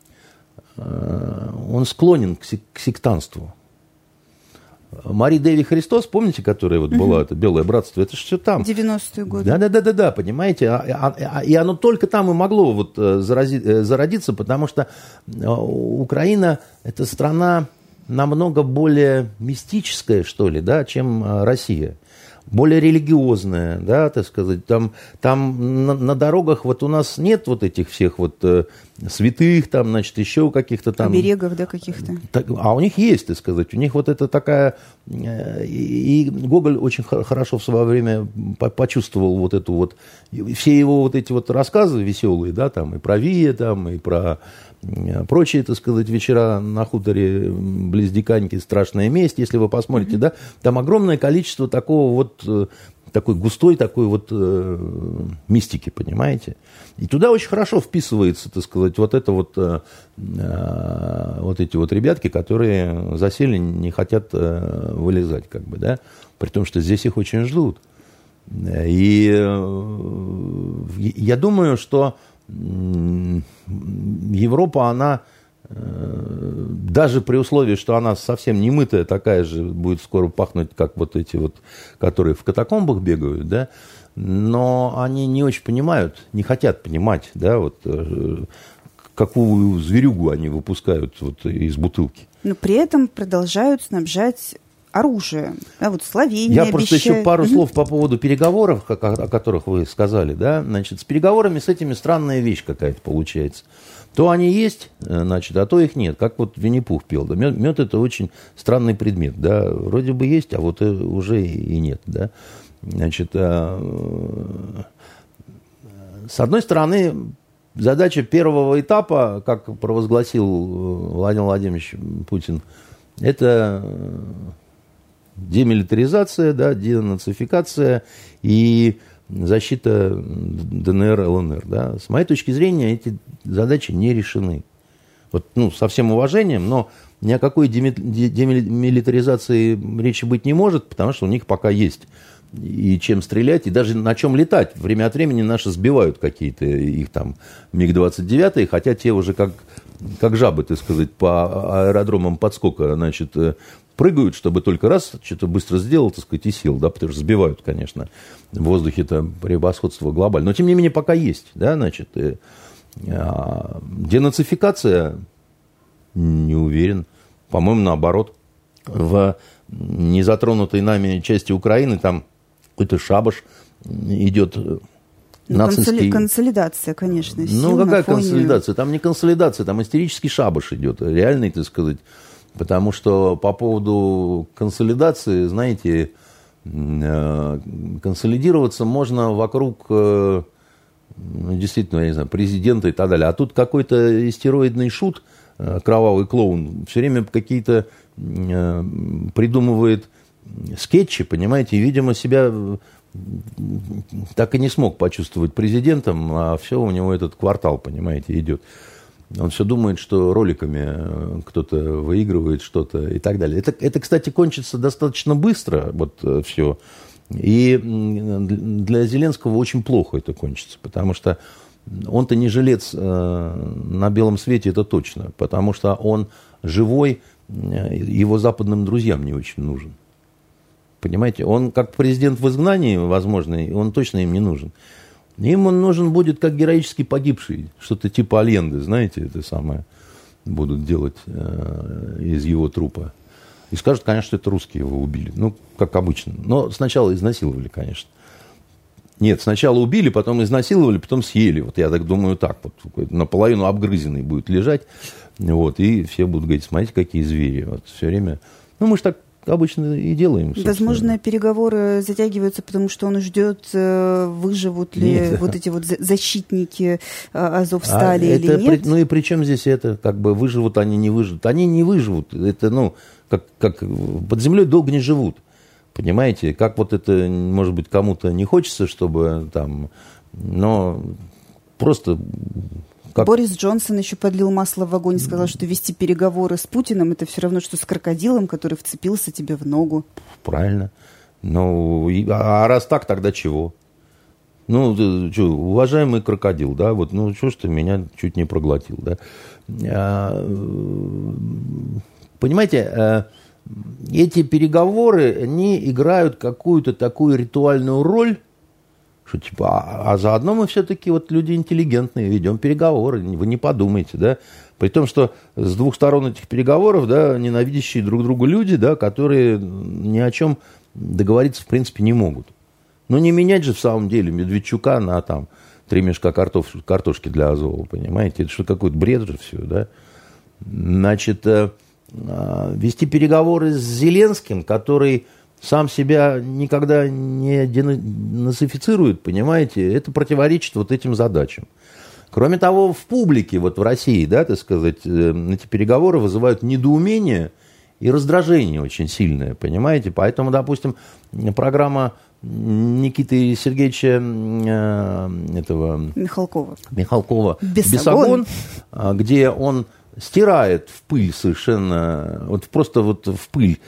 склонен к сектантству. Мари Деви Христос, помните, которая вот была, это Белое братство, это же все там. 90-е годы. Да, понимаете, и оно только там и могло вот зародиться, потому что Украина – это страна намного более мистическая, что ли, да, чем Россия. Более религиозная, да, так сказать, там на дорогах вот у нас нет вот этих всех вот святых, там, значит, еще каких-то там... Оберегов, да, каких-то. А у них есть, так сказать, у них вот это такая... И Гоголь очень хорошо в свое время почувствовал вот эту вот... Все его вот эти вот рассказы веселые, да, там, и про Вия, там, и про... Прочие, так сказать, вечера на хуторе близ Диканьки, страшная месть, если вы посмотрите, да, там огромное количество такого вот, такой густой, такой вот мистики, понимаете. И туда очень хорошо вписывается, так сказать, вот это вот, вот эти вот ребятки, которые засели, не хотят вылезать, как бы, да, при том, что здесь их очень ждут. И я думаю, что Европа, она, даже при условии, что она совсем не мытая, такая же будет скоро пахнуть, как вот эти вот, которые в катакомбах бегают, да, но они не очень понимают, не хотят понимать, да, вот, какую зверюгу они выпускают вот из бутылки. Но при этом продолжают снабжать оружие. Да, вот Словения Я обещает... просто еще пару слов по поводу переговоров, о которых вы сказали, да, значит, с переговорами с этими странная вещь какая-то получается. То они есть, значит, а то их нет, как вот Винни-Пух пел, да, мед это очень странный предмет, да, вроде бы есть, а вот уже и нет, да, значит, с одной стороны, задача первого этапа, как провозгласил Владимир Владимирович Путин, это демилитаризация, да, денацификация и защита ДНР, ЛНР. Да. С моей точки зрения, эти задачи не решены. Вот, со всем уважением, но ни о какой демилитаризации речи быть не может, потому что у них пока есть и чем стрелять, и даже на чем летать. Время от времени наши сбивают какие-то их там МиГ-29, хотя те уже как жабы, так сказать, по аэродромам подскока, значит, прыгают, чтобы только раз что-то быстро сделал, так сказать, и сел, да, потому что сбивают, конечно, в воздухе-то превосходство глобально. Но, тем не менее, пока есть, да, значит, денацификация, не уверен, по-моему, наоборот, в незатронутой нами части Украины там какой-то шабаш идет нацистский... Консолидация, конечно, сил какая на фоне... консолидация? Там не консолидация, там истерический шабаш идет, реальный, так сказать. Потому что по поводу консолидации, знаете, консолидироваться можно вокруг, действительно, я не знаю, президента и так далее. А тут какой-то истероидный шут, кровавый клоун, все время какие-то придумывает скетчи, понимаете, и, видимо, себя так и не смог почувствовать президентом, а все у него этот квартал, понимаете, идет. Он все думает, что роликами кто-то выигрывает что-то и так далее. Это, кстати, кончится достаточно быстро, вот все. И для Зеленского очень плохо это кончится, потому что он-то не жилец на белом свете, это точно, потому что он живой, его западным друзьям не очень нужен. Понимаете, он как президент в изгнании, возможно, он точно им не нужен. Им он нужен будет как героически погибший, что-то типа Аленды, знаете, это самое будут делать из его трупа. И скажут, конечно, что это русские его убили, ну, как обычно. Но сначала изнасиловали, конечно. Нет, сначала убили, потом изнасиловали, потом съели. Вот я так думаю, так вот, наполовину обгрызенный будет лежать, вот, и все будут говорить, смотрите, какие звери, вот, все время. Ну, мы же так обычно и делаем. Собственно. Возможно, переговоры затягиваются, потому что он ждет, выживут ли вот эти вот защитники Азовстали или нет. Ну и при чем здесь это, как бы выживут они, не выживут? Они не выживут, это, ну, как под землей долго не живут. Понимаете, как вот это, может быть, кому-то не хочется, чтобы там, но просто... Как... Борис Джонсон еще подлил масло в огонь и сказал, что вести переговоры с Путиным – это все равно, что с крокодилом, который вцепился тебе в ногу. Правильно. Ну, а раз так, тогда чего? Ну, что, уважаемый крокодил, да, вот, ну, что ж ты меня чуть не проглотил, да. Понимаете, эти переговоры, они играют какую-то такую ритуальную роль, что типа, а заодно мы все-таки вот люди интеллигентные, ведем переговоры, вы не подумайте, да. При том, что с двух сторон этих переговоров, да, ненавидящие друг друга люди, да, которые ни о чем договориться, в принципе, не могут. Ну, не менять же в самом деле Медведчука на там 3 мешка картошки для Азова, понимаете? Это что, какой-то бред же все, да. Значит, вести переговоры с Зеленским, который сам себя никогда не денацифицирует, понимаете, это противоречит вот этим задачам. Кроме того, в публике, вот в России, да, так сказать, эти переговоры вызывают недоумение и раздражение очень сильное, понимаете. Поэтому, допустим, программа Никиты Сергеевича Михалкова «Бесогон», где он стирает в пыль совершенно, вот просто вот в пыль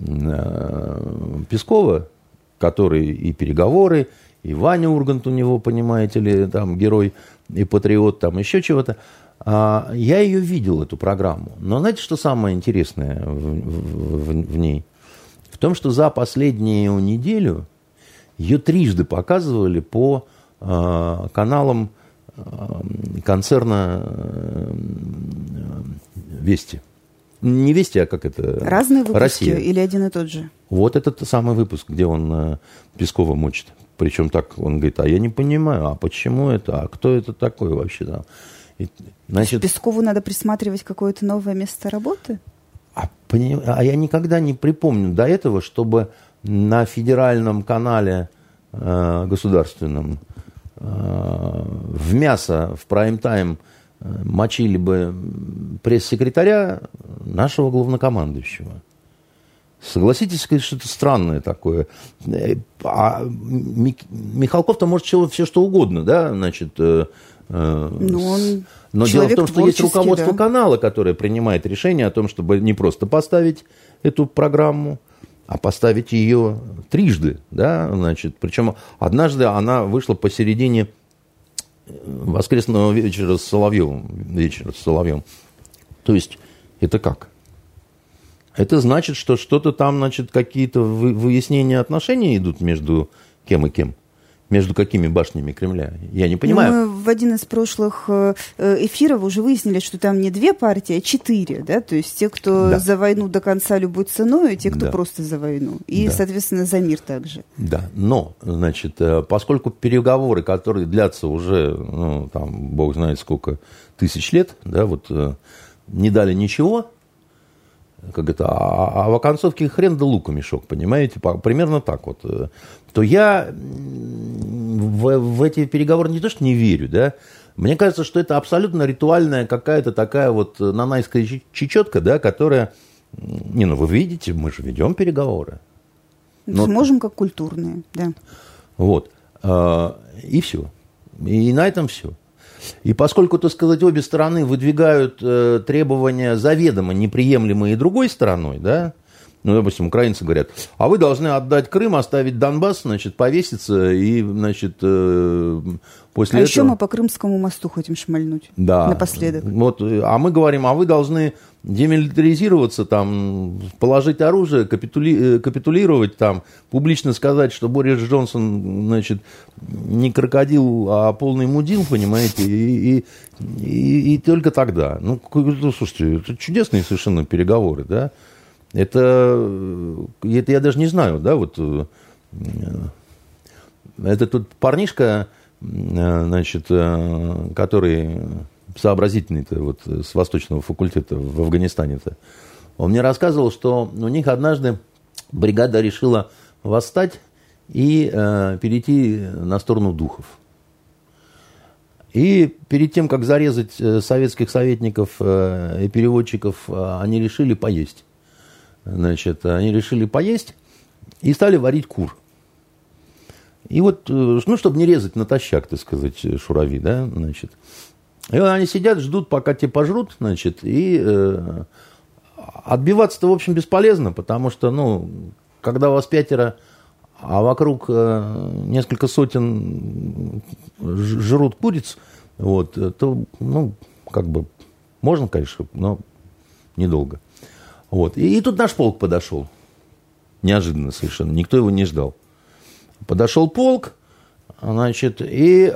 Пескова, который и переговоры, и Ваня Ургант у него, понимаете ли, там герой и патриот, там еще чего-то. Я ее видел, эту программу. Но знаете, что самое интересное в ней? В том, что за последнюю неделю ее трижды показывали по каналам концерна «Вести». Не «Вести», а как это? Разные выпуски «Россия». Или один и тот же? Вот этот самый выпуск, где он Пескова мочит. Причем так он говорит, а я не понимаю, а почему это, а кто это такой вообще? Да? И, значит, Пескову надо присматривать какое-то новое место работы? А я никогда не припомню до этого, чтобы на федеральном канале государственном в мясо, в прайм-тайм мочили бы пресс-секретаря нашего главнокомандующего. Согласитесь, что это странное такое. А Михалков-то может все что угодно, да, значит. Но дело в том, что есть руководство канала, которое принимает решение о том, чтобы не просто поставить эту программу, а поставить ее трижды, да, значит. Причем однажды она вышла посередине воскресного вечера с Соловьевым. То есть это как? Это значит, что что-то там, значит, какие-то выяснения отношений идут между кем и кем? Между какими башнями Кремля? Я не понимаю. Мы в один из прошлых эфиров уже выяснили, что там не 2 партии, а 4, да? То есть те, кто за войну до конца любой ценой, и те, кто просто за войну. И, соответственно, за мир также. Да, но, значит, поскольку переговоры, которые длятся уже, ну, там, бог знает сколько тысяч лет, да, вот, не дали ничего, как это, а в оконцовке хрен да лука мешок, понимаете, примерно так вот, то я в эти переговоры не то что не верю, да, мне кажется, что это абсолютно ритуальная какая-то такая вот нанайская чечетка, да, которая, ну вы видите, мы же ведем переговоры. Сможем как культурные, да. Вот. И все. И на этом все. И поскольку, так сказать, обе стороны выдвигают требования заведомо неприемлемые другой стороной, да, ну, допустим, украинцы говорят, а вы должны отдать Крым, оставить Донбасс, значит, повеситься и, значит, после этого... еще мы по Крымскому мосту хотим шмальнуть. Да. Напоследок. Вот, а мы говорим, а вы должны демилитаризироваться, там, положить оружие, капитулировать, там, публично сказать, что Борис Джонсон, значит, не крокодил, а полный мудил, понимаете, и только тогда. Ну, слушайте, это чудесные совершенно переговоры, да. Это я даже не знаю, да, вот это тут парнишка, значит, который сообразительный-то вот с Восточного факультета в Афганистане-то, он мне рассказывал, что у них однажды бригада решила восстать и перейти на сторону духов. И перед тем, как зарезать советских советников и переводчиков, они решили поесть. Значит, они решили поесть и стали варить кур. И вот, ну, чтобы не резать натощак, так сказать, шурави, да, значит. И они сидят, ждут, пока те пожрут, значит, и отбиваться-то, в общем, бесполезно, потому что, ну, когда у вас 5, а вокруг несколько сотен жрут куриц, вот, то, ну, как бы, можно, конечно, но недолго. Вот. И тут наш полк подошел. Неожиданно совершенно. Никто его не ждал. Подошел полк, значит, и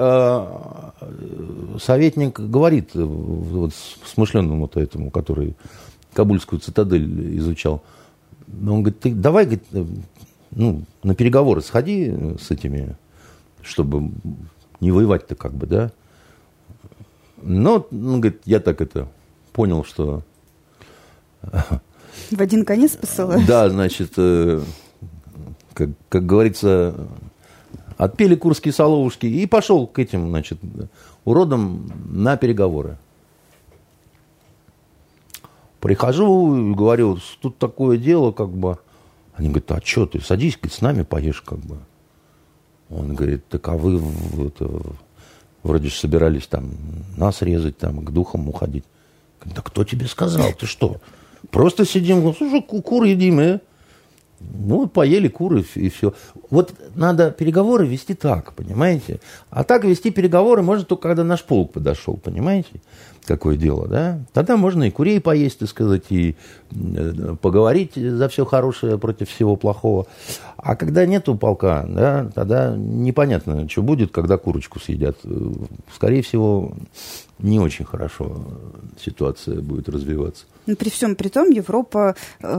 советник говорит вот, смышленному вот этому, который Кабульскую цитадель изучал. Он говорит, ты давай, говорит, ну, на переговоры сходи с этими, чтобы не воевать-то как бы, да. Но, он говорит, я так это понял, что... В один конец посылаешь? Да, значит, как говорится, отпели курские соловушки и пошел к этим, значит, уродам на переговоры. Прихожу и говорю, тут такое дело, как бы. Они говорят, а что ты, садись, говорит, с нами поешь, как бы. Он говорит, так а вы вроде же собирались там нас резать, там, к духам уходить. Да кто тебе сказал, ты что? Просто сидим, слушай, кур едим, ну, поели куры и все. Вот надо переговоры вести так, понимаете? А так вести переговоры можно только, когда наш полк подошел, понимаете? Какое дело, да? Тогда можно и курей поесть, так сказать, и поговорить за все хорошее против всего плохого. А когда нету полка, да, тогда непонятно, что будет, когда курочку съедят. Скорее всего, не очень хорошо ситуация будет развиваться. Но при всем при том, Европа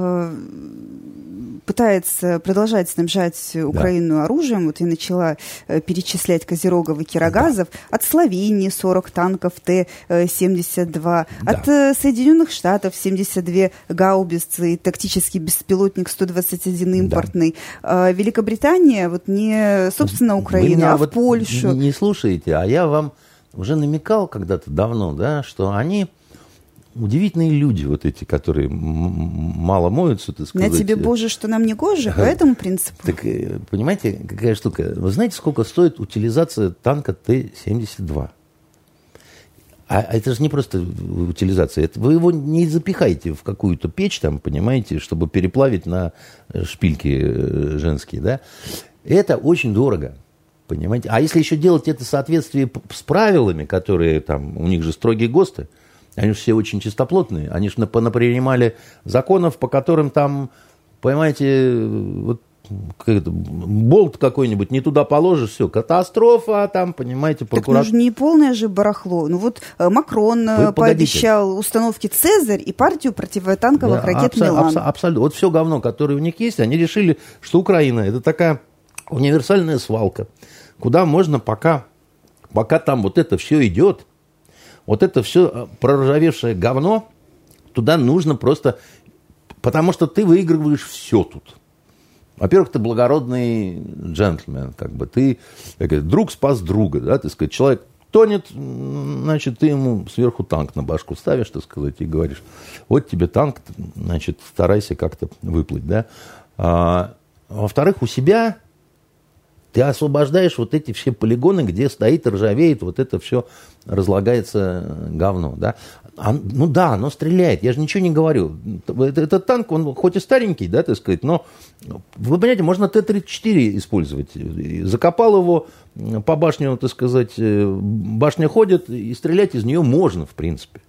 пытается продолжать снабжать Украину оружием. Вот я начала перечислять Козерогов и Кирогазов. Да. От Словении 40 танков Т-72. Да. От Соединенных Штатов 72 гаубицы и тактический беспилотник 121 импортный. Да. Великобритания, вот не, собственно, Украина, а в Польшу. Не слушаете, а я вам уже намекал когда-то давно, да, что они... Удивительные люди вот эти, которые мало моются, так сказать. На тебе, Боже, что нам не гоже, по этому принципу. Так, понимаете, какая штука? Вы знаете, сколько стоит утилизация танка Т-72? А это же не просто утилизация. Это вы его не запихаете в какую-то печь, там, понимаете, чтобы переплавить на шпильки женские, да? Это очень дорого. Понимаете? А если еще делать это в соответствии с правилами, которые там, у них же строгие ГОСТы, они же все очень чистоплотные. Они же напринимали законов, по которым там, понимаете, вот болт какой-нибудь не туда положишь, все, катастрофа там, понимаете, прокуратура. Так ну же не полное же барахло. Ну вот Макрон пообещал установки «Цезарь» и партию противотанковых ракет «Милан». Абсолютно. Вот все говно, которое у них есть, они решили, что Украина – это такая универсальная свалка, куда можно пока там вот это все идет, вот это все проржавевшее говно, туда нужно просто... Потому что ты выигрываешь все тут. Во-первых, ты благородный джентльмен. Как бы ты друг спас друга. Да, ты сказать, человек тонет, значит, ты ему сверху танк на башку ставишь, так сказать, и говоришь, вот тебе танк, значит, старайся как-то выплыть. Да? Во-вторых, у себя Ты освобождаешь вот эти все полигоны, где стоит, ржавеет, вот это все разлагается говно, да. Ну да, оно стреляет, я же ничего не говорю. Этот танк, он хоть и старенький, да, так сказать, но, вы понимаете, можно Т-34 использовать. Закопал его по башню, так сказать, башня ходит, и стрелять из нее можно, в принципе.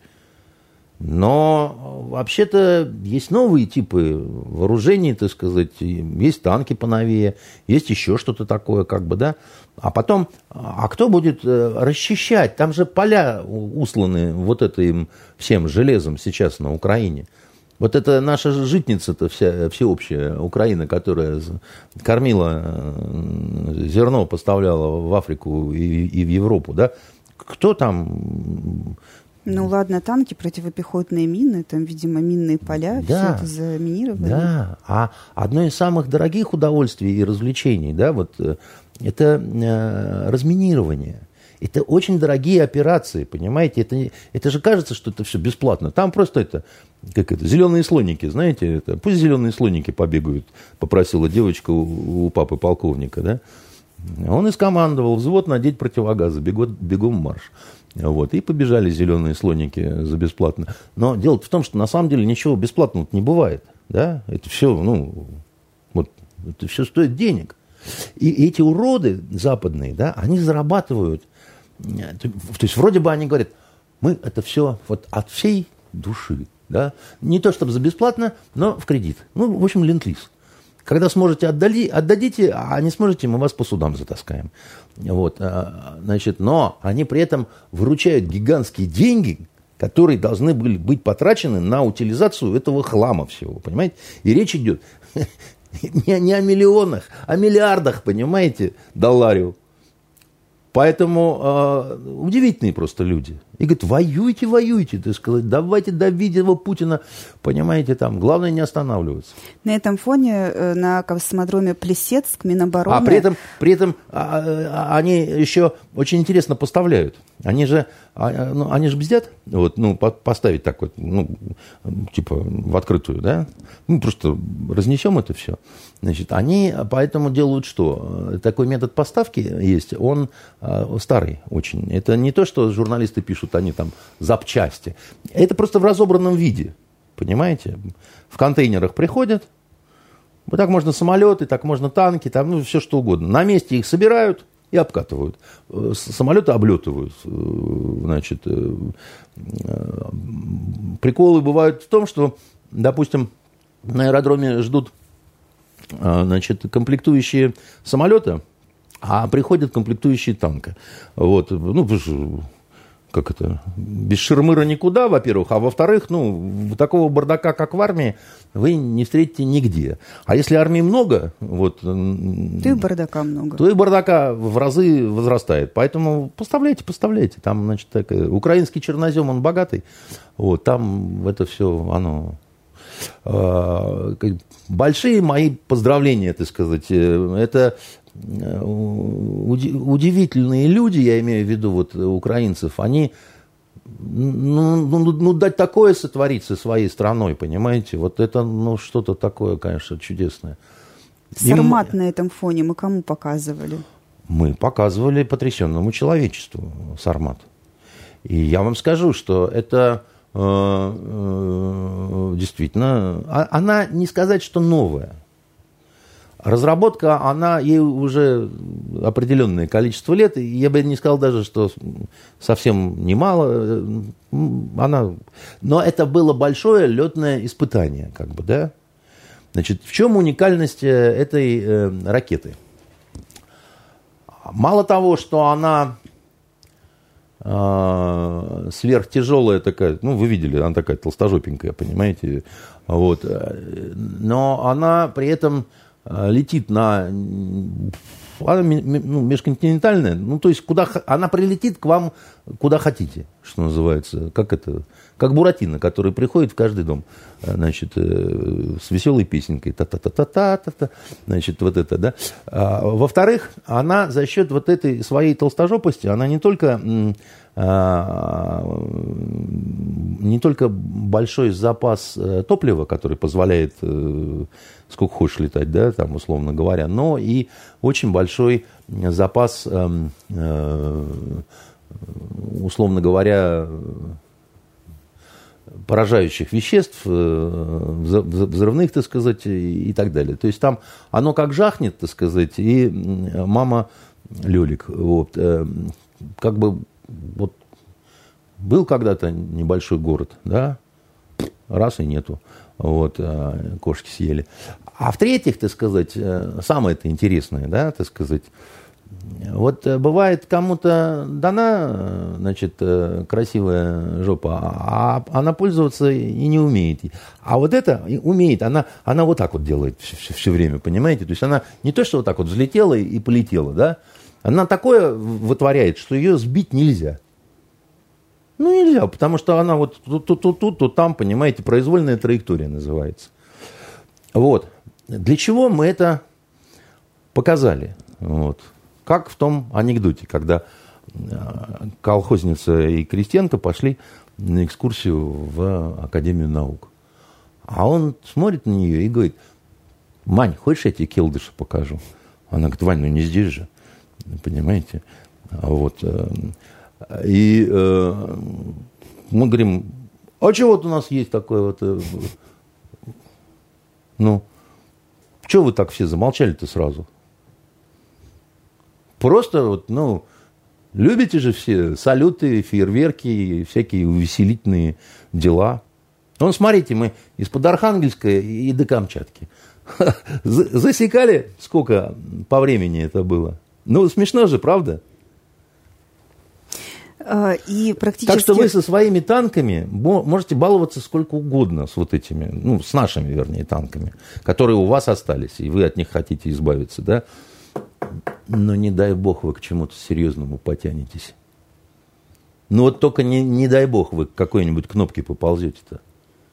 Но вообще-то есть новые типы вооружений, так сказать, есть танки поновее, есть еще что-то такое, как бы, да. А потом, кто будет расчищать? Там же поля усланы вот этим всем железом сейчас на Украине. Вот это наша житница-то всеобщая Украина, которая кормила зерно, поставляла в Африку и в Европу, да. Кто там... Ну ладно, танки, противопехотные мины, там, видимо, минные поля, да, все это заминировано. Да, а одно из самых дорогих удовольствий и развлечений, да, вот это разминирование. Это очень дорогие операции, понимаете? Это же кажется, что это все бесплатно. Там просто зеленые слоники, знаете, пусть зеленые слоники побегают, попросила девочка у папы полковника, да. Он и скомандовал: взвод надеть противогазы, бегом марш. Вот, и побежали зеленые слоники за бесплатно. Но дело в том, что на самом деле ничего бесплатного не бывает. Да? Это все, это все стоит денег. И эти уроды западные, да, они зарабатывают. То есть вроде бы они говорят: мы это все вот от всей души. Да? Не то чтобы за бесплатно, но в кредит. В общем, ленд-лиз. Когда сможете, отдадите, а не сможете, мы вас по судам затаскаем. Вот, значит, но они при этом выручают гигантские деньги, которые должны были быть потрачены на утилизацию этого хлама всего, понимаете? И речь идет не о миллионах, а о миллиардах, понимаете, долларов. Поэтому удивительные просто люди. И говорят: воюйте, так сказать, давайте давить его Путина, понимаете, там, главное не останавливаться. На этом фоне на космодроме Плесецк Минобороны... А при этом они еще очень интересно поставляют. Они же бздят, поставить так вот, типа в открытую, да? Просто разнесем это все. Значит, они поэтому делают что? Такой метод поставки есть, он старый очень. Это не то, что журналисты пишут, они там запчасти. Это просто в разобранном виде, понимаете? В контейнерах приходят, вот так можно самолеты, так можно танки, там, все что угодно. На месте их собирают и обкатывают. Самолеты облетывают. Значит, приколы бывают в том, что, допустим, на аэродроме ждут, значит, комплектующие самолета, а приходят комплектующие танка. Вот. Как это? Без шермыра никуда, во-первых, а во-вторых, такого бардака, как в армии, вы не встретите нигде. А если армии много, то и бардака много. То и бардака в разы возрастает. Поэтому поставляйте. Там, значит, украинский чернозем, он богатый. Вот, там это все, оно... Большие мои поздравления, так сказать. Это удивительные люди, я имею в виду украинцев, они дать такое сотворить со своей страной, понимаете, вот это что-то такое, конечно, чудесное. Сармат на этом фоне мы кому показывали? Мы показывали потрясенному человечеству Сармат. И я вам скажу, что это действительно, она не сказать, что новая. Разработка, ей уже определенное количество лет, и я бы не сказал даже, что совсем немало. Но это было большое летное испытание, как бы, да? Значит, в чем уникальность этой ракеты? Мало того, что она сверхтяжелая такая, вы видели, она такая толстожопенькая, понимаете, вот, но она при этом летит она межконтинентальная, то есть она прилетит к вам куда хотите. что называется, как Буратино, который приходит в каждый дом, значит, с веселой песенкой, та-та-та-та-та-та, значит, вот это, да. Во-вторых, она за счет вот этой своей толстожопости, она не только большой запас топлива, который позволяет сколько хочешь летать, да, там, условно говоря, но и очень большой запас, условно говоря, поражающих веществ, взрывных, так сказать, и так далее. То есть там оно как жахнет, так сказать, и мама Лёлик. Вот. Как бы вот был когда-то небольшой город, да, раз и нету. Вот, кошки съели. А в-третьих, так сказать, самое-то интересное, да, так сказать, вот бывает кому-то дана, значит, красивая жопа, а она пользоваться и не умеет. А вот это умеет, она вот так вот делает все время, понимаете? То есть она не то, что вот так вот взлетела и полетела, да, она такое вытворяет, что ее сбить нельзя. Ну, нельзя, потому что она вот тут, там, понимаете, произвольная траектория называется. Вот. Для чего мы это показали? Вот. Как в том анекдоте, когда колхозница и крестьянка пошли на экскурсию в Академию наук. А он смотрит на нее и говорит: Мань, хочешь, я тебе Келдыша покажу? Она говорит: Вань, ну не здесь же. Понимаете? Вот. И мы говорим: а что вот у нас есть такое вот... Ну, что вы так все замолчали-то сразу? Просто вот, ну, любите же все салюты, фейерверки, всякие увеселительные дела. Ну, смотрите, мы из-под Архангельска и до Камчатки. Засекали, сколько по времени это было? Ну, смешно же, правда? И практически... Так что вы со своими танками можете баловаться сколько угодно с вот этими, ну, с нашими, вернее, танками, которые у вас остались, и вы от них хотите избавиться, да? Но не дай бог вы к чему-то серьезному потянетесь. Ну вот только не дай бог вы к какой-нибудь кнопке поползете-то.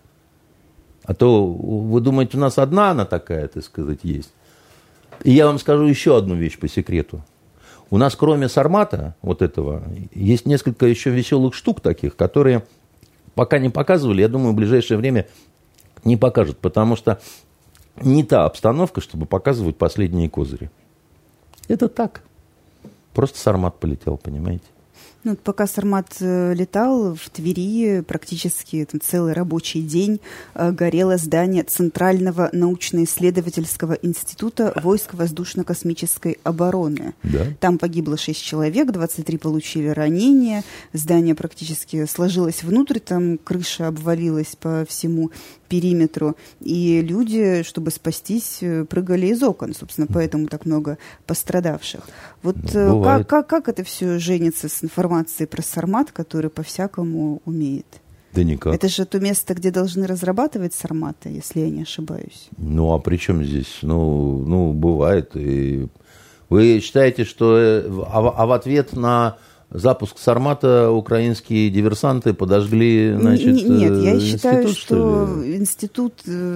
А то вы думаете, у нас одна она такая, так сказать, есть. И я вам скажу еще одну вещь по секрету. У нас кроме Сармата, вот этого, есть несколько еще веселых штук таких, которые пока не показывали, я думаю, в ближайшее время не покажут, потому что не та обстановка, чтобы показывать последние козыри. Это так. Просто Сармат полетел, понимаете? Ну, пока Сармат летал, в Твери практически там, целый рабочий день горело здание Центрального научно-исследовательского института войск воздушно-космической обороны. Да. Там погибло 6 человек, 23 получили ранения, здание практически сложилось внутрь, там крыша обвалилась по всему периметру, и люди, чтобы спастись, прыгали из окон, собственно, поэтому так много пострадавших. Вот как это все женится с информацией про Сармат, который по-всякому умеет? Да никак. Это же то место, где должны разрабатывать Сарматы, если я не ошибаюсь. Ну, а при чем здесь? Ну бывает. И вы считаете, что в ответ на запуск Сармата украинские диверсанты подожгли, значит, Нет, я считаю, что институт...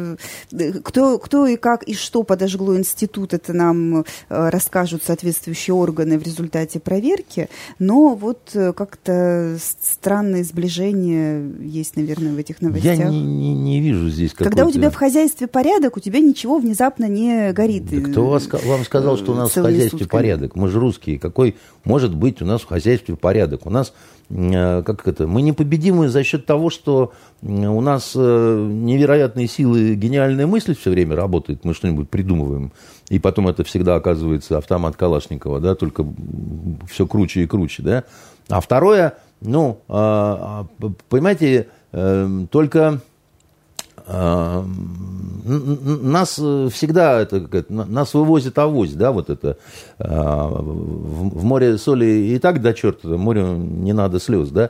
Кто и как и что подожгло институт, это нам расскажут соответствующие органы в результате проверки, но вот как-то странное сближение есть, наверное, в этих новостях. Я не вижу здесь какого-то... Когда у тебя в хозяйстве порядок, у тебя ничего внезапно не горит. Да кто вам сказал, что у нас в хозяйстве порядок? Мы же русские. Какой может быть у нас в хозяйстве порядок? У нас, мы непобедимы за счет того, что у нас невероятные силы, гениальная мысль все время работает, мы что-нибудь придумываем, и потом это всегда оказывается автомат Калашникова, да, только все круче и круче, да. А второе, понимаете, только... Нас всегда нас вывозит авось, да, вот это в море соли и так до черта, морю не надо слез, да.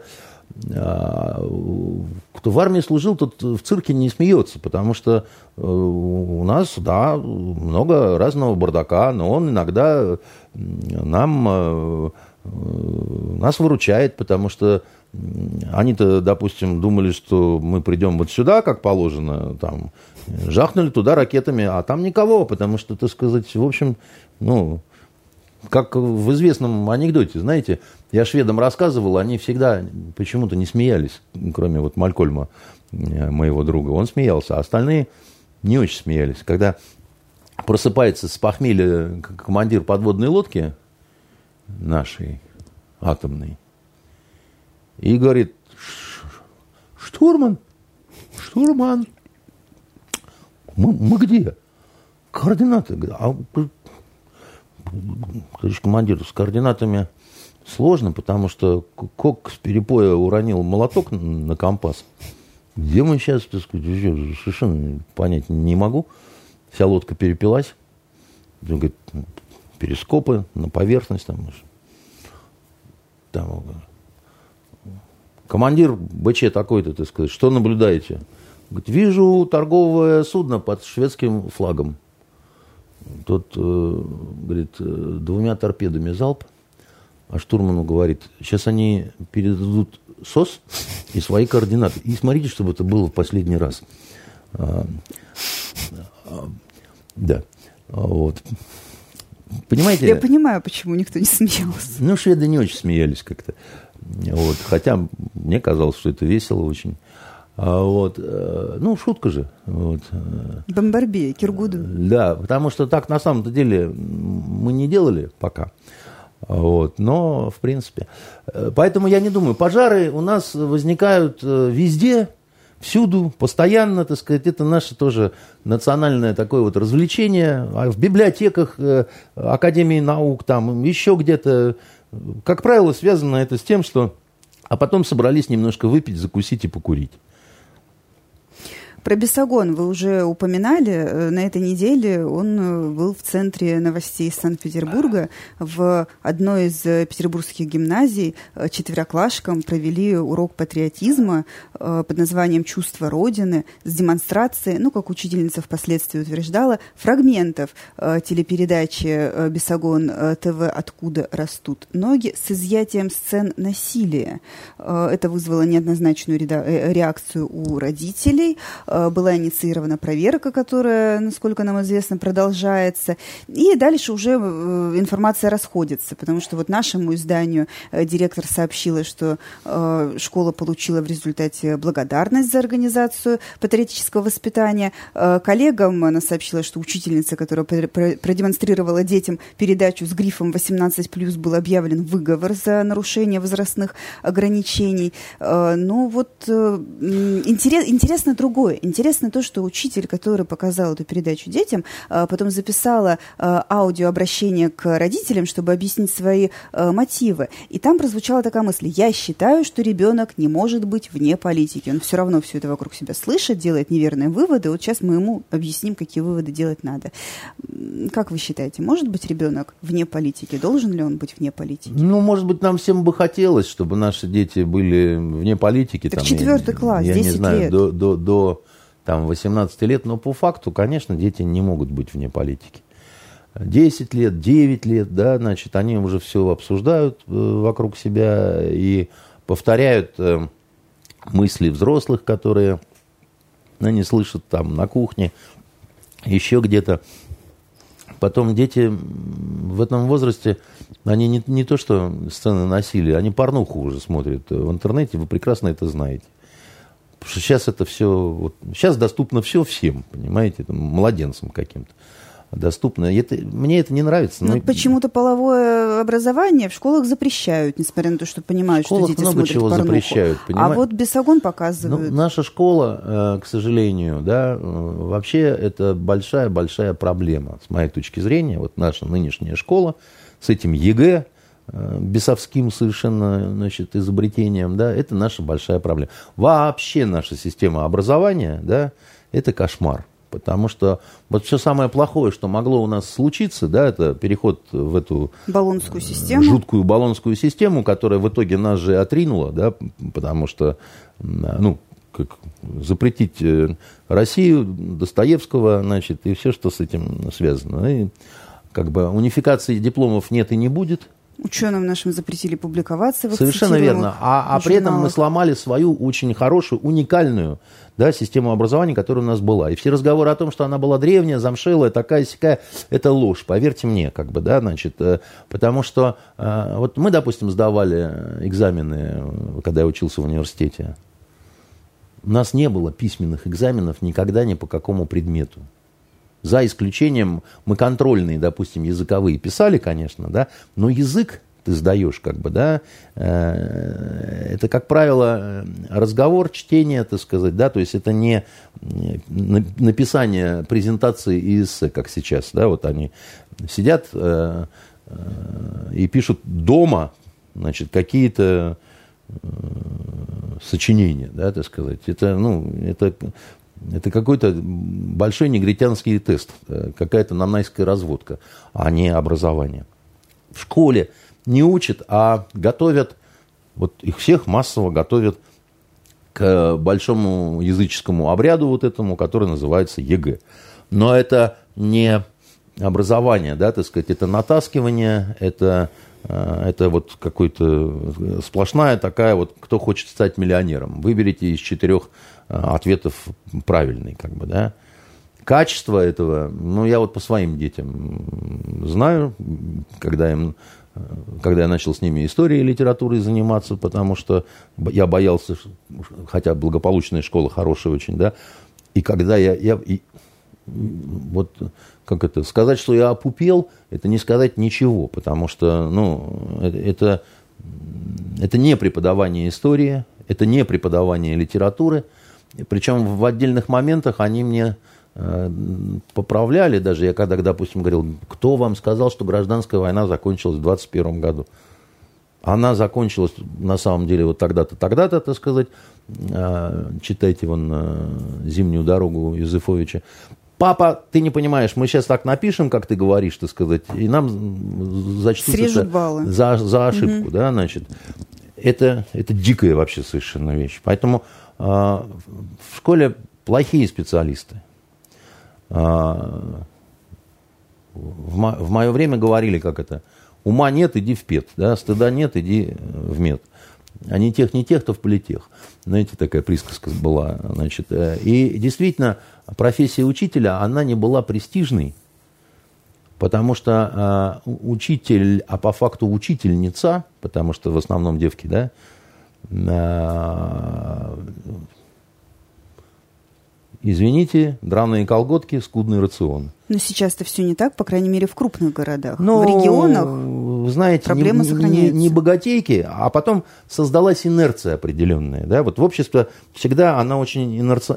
Кто в армии служил, тот в цирке не смеется, потому что у нас, да, много разного бардака, но он иногда нас выручает, потому что Они-то, допустим, думали, что мы придем вот сюда, как положено, там, жахнули туда ракетами, а там никого, потому что, так сказать, в общем, ну, как в известном анекдоте, знаете, я шведам рассказывал, они всегда почему-то не смеялись, кроме вот Малькольма, моего друга, он смеялся, а остальные не очень смеялись. Когда просыпается с похмелья командир подводной лодки нашей, атомной, и говорит: штурман, мы где? Координаты. Товарищ командир, с координатами сложно, потому что Кок с перепоя уронил молоток на компас. Где мы сейчас, так сказать, совершенно понять не могу. Вся лодка перепилась. Он говорит, перископы на поверхность. Там. Командир БЧ такой-то, так сказать, что наблюдаете? Говорит, вижу торговое судно под шведским флагом. Тот, говорит, 2 торпедами залп, а штурману говорит, сейчас они передадут СОС и свои координаты. И смотрите, чтобы это было в последний раз. Да, вот. Понимаете? Я понимаю, почему никто не смеялся. Ну, шведы не очень смеялись как-то. Вот. Хотя мне казалось, что это весело очень. Вот. Ну, шутка же. Вот. Бомбарбия, Киргуду. Да, потому что так на самом-то деле мы не делали пока. Вот. Но, в принципе. Поэтому я не думаю. Пожары у нас возникают везде, всюду, постоянно, так сказать. Это наше тоже национальное такое вот развлечение. В библиотеках, Академии наук, там еще где-то. Как правило, связано это с тем, что... А потом собрались немножко выпить, закусить и покурить. Про Бесогон вы уже упоминали. На этой неделе он был в центре новостей Санкт-Петербурга. В одной из петербургских гимназий четвероклашкам провели урок патриотизма под названием «Чувство Родины» с демонстрацией, ну, как учительница впоследствии утверждала, фрагментов телепередачи «Бесогон ТВ. Откуда растут ноги» с изъятием сцен насилия. Это вызвало неоднозначную реакцию у родителей. Была инициирована проверка, которая, насколько нам известно, продолжается. И дальше уже информация расходится, потому что вот нашему изданию директор сообщила, что школа получила в результате благодарность за организацию патриотического воспитания. Коллегам она сообщила, что учительница, которая продемонстрировала детям передачу с грифом 18+, был объявлен выговор за нарушение возрастных ограничений. Ну вот интересно другое. Интересно то, что учитель, который показал эту передачу детям, потом записала аудиообращение к родителям, чтобы объяснить свои мотивы. И там прозвучала такая мысль. Я считаю, что ребенок не может быть вне политики. Он все равно все это вокруг себя слышит, делает неверные выводы. Вот сейчас мы ему объясним, какие выводы делать надо. Как вы считаете, может быть ребенок вне политики? Должен ли он быть вне политики? Ну, может быть, нам всем бы хотелось, чтобы наши дети были вне политики. Так 4 класс, 10 лет. Я не знаю, до там, 18 лет, но по факту, конечно, дети не могут быть вне политики. 10 лет, 9 лет, да, значит, они уже все обсуждают вокруг себя и повторяют мысли взрослых, которые они слышат там на кухне, еще где-то. Потом дети в этом возрасте, они не то что сцены насилия, они порнуху уже смотрят в интернете, вы прекрасно это знаете. Потому что сейчас это все, вот, сейчас доступно все всем, понимаете, там, младенцам каким-то доступно. Мне это не нравится. Но почему-то половое образование в школах запрещают, несмотря на то, что понимают, что дети смотрят порнуху. В школах много чего запрещают, понимаете? А вот Бесогон показывают. Ну, наша школа, к сожалению, да, вообще это большая-большая проблема, с моей точки зрения. Вот наша нынешняя школа с этим ЕГЭ, бесовским совершенно, значит, изобретением, да, это наша большая проблема. Вообще наша система образования, да, это кошмар. Потому что вот все самое плохое, что могло у нас случиться, да, это переход в эту болонскую систему, жуткую болонскую систему, которая в итоге нас же отринула, да, потому что, ну, как запретить Россию, Достоевского, значит, и все, что с этим связано. И как бы унификации дипломов нет и не будет. Ученым нашим запретили публиковаться в их Совершенно верно. А при этом мы сломали свою очень хорошую, уникальную, да, систему образования, которая у нас была. И все разговоры о том, что она была древняя, замшелая, такая-сякая, это ложь, поверьте мне, как бы, да, значит, потому что вот мы, допустим, сдавали экзамены, когда я учился в университете. У нас не было письменных экзаменов никогда ни по какому предмету. За исключением, мы контрольные, допустим, языковые писали, конечно, да, но язык ты сдаешь, как бы, да, это, как правило, разговор, чтение, так сказать, да, то есть это не написание презентации и эссе, как сейчас, да, вот они сидят и пишут дома, значит, какие-то сочинения, да, так сказать, это какой-то большой негритянский тест, какая-то нанайская разводка, а не образование. В школе не учат, а готовят, вот их всех массово готовят к большому языческому обряду вот этому, который называется ЕГЭ. Но это не образование, да, так сказать, это натаскивание, это вот какой-то сплошная такая вот, кто хочет стать миллионером. Выберите из 4 ответов правильный, как бы, да. Качество этого, ну, я вот по своим детям знаю, когда я начал с ними историей и литературой заниматься, потому что я боялся, хотя благополучная школа хорошая очень, да, и когда вот, как это, сказать, что я опупел, это не сказать ничего, потому что, ну, это не преподавание истории, это не преподавание литературы, причем в отдельных моментах они мне поправляли даже. Я когда, допустим, говорил, кто вам сказал, что гражданская война закончилась в 21 году? Она закончилась, на самом деле, вот тогда-то, тогда-то, так сказать. Читайте вон «Зимнюю дорогу» Юзефовича. Папа, ты не понимаешь, мы сейчас так напишем, как ты говоришь, так сказать, и нам зачтут баллы за ошибку, да, значит. Это дикая вообще совершенно вещь. Поэтому в школе плохие специалисты. В мое время говорили, как это, ума нет, иди в пед, да, стыда нет, иди в мед. А не тех, кто в политех. Знаете, такая присказка была. Значит, и действительно, профессия учителя, она не была престижной, потому что учитель, а по факту учительница, потому что в основном девки, да, извините, драные колготки, скудный рацион. Но сейчас-то все не так, по крайней мере, в крупных городах. Но, в регионах, знаете, проблемы сохраняются. Не богатейки, а потом создалась инерция определенная. Да? Вот в обществе всегда она очень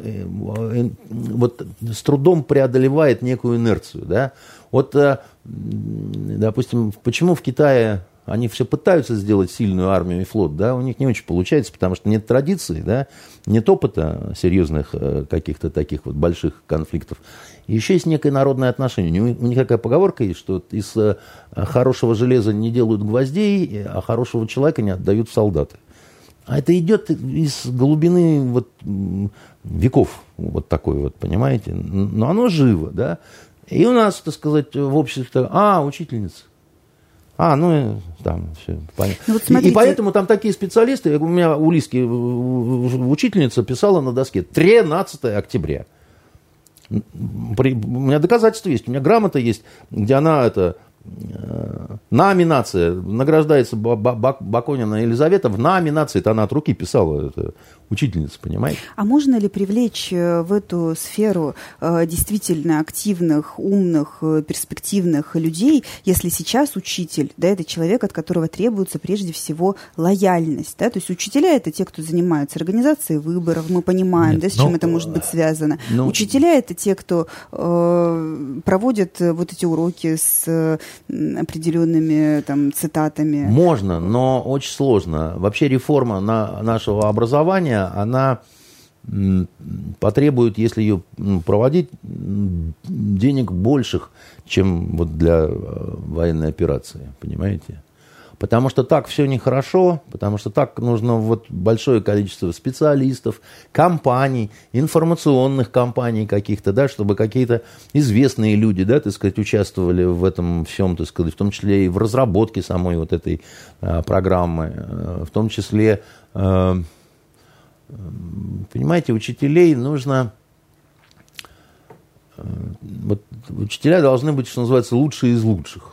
вот, с трудом преодолевает некую инерцию. Да? Вот, допустим, почему в Китае они все пытаются сделать сильную армию и флот, да, у них не очень получается, потому что нет традиции, да, нет опыта серьезных каких-то таких вот больших конфликтов. И еще есть некое народное отношение. У них такая поговорка есть, что из хорошего железа не делают гвоздей, а хорошего человека не отдают в солдаты. А это идет из глубины вот веков, вот такой вот, понимаете. Но оно живо, да. И у нас, так сказать, в обществе, учительница. Ну, там, все понятно. Ну, вот и поэтому там такие специалисты, у меня у Лиски учительница писала на доске 13 октября. У меня доказательства есть, у меня грамота есть, где она номинация, награждается Бакунина Елизавета, в номинации, это она от руки писала, это учительница, понимаете? А можно ли привлечь в эту сферу действительно активных, умных, перспективных людей, если сейчас учитель, да, это человек, от которого требуется прежде всего лояльность, да, то есть учителя это те, кто занимаются организацией выборов, мы понимаем, да, с чем это может быть связано. Учителя это те, кто проводят вот эти уроки с определенными там цитатами. Можно, но очень сложно. Вообще реформа нашего образования, она потребует, если ее проводить, денег больших, чем вот для военной операции, понимаете? Потому что так все нехорошо, потому что так нужно вот большое количество специалистов, компаний, информационных компаний каких-то, да, чтобы какие-то известные люди, да, так сказать, участвовали в этом всем, так сказать, в том числе и в разработке самой вот этой программы, в том числе, понимаете, учителей нужно... Вот, учителя должны быть, что называется, лучшие из лучших.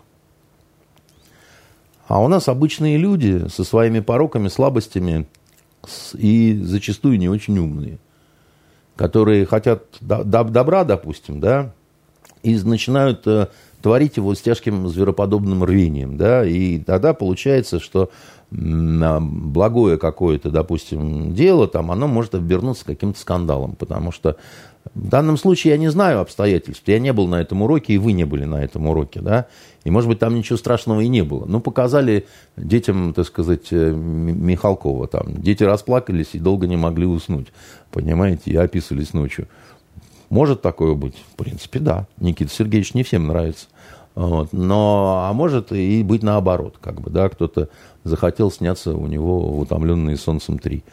А у нас обычные люди со своими пороками, слабостями и зачастую не очень умные, которые хотят добра, допустим, да, и начинают творить его с тяжким звероподобным рвением, да, и тогда получается, что благое какое-то, допустим, дело, там, оно может обернуться каким-то скандалом, потому что в данном случае я не знаю обстоятельств, я не был на этом уроке, и вы не были на этом уроке, да, и, может быть, там ничего страшного и не было. Ну, показали детям, так сказать, Михалкова, там, дети расплакались и долго не могли уснуть, понимаете, и описывались ночью. Может такое быть? В принципе, да. Никита Сергеевич не всем нравится. Вот. Но, а может и быть наоборот, как бы, да, кто-то захотел сняться у него в «Утомленные солнцем 3»,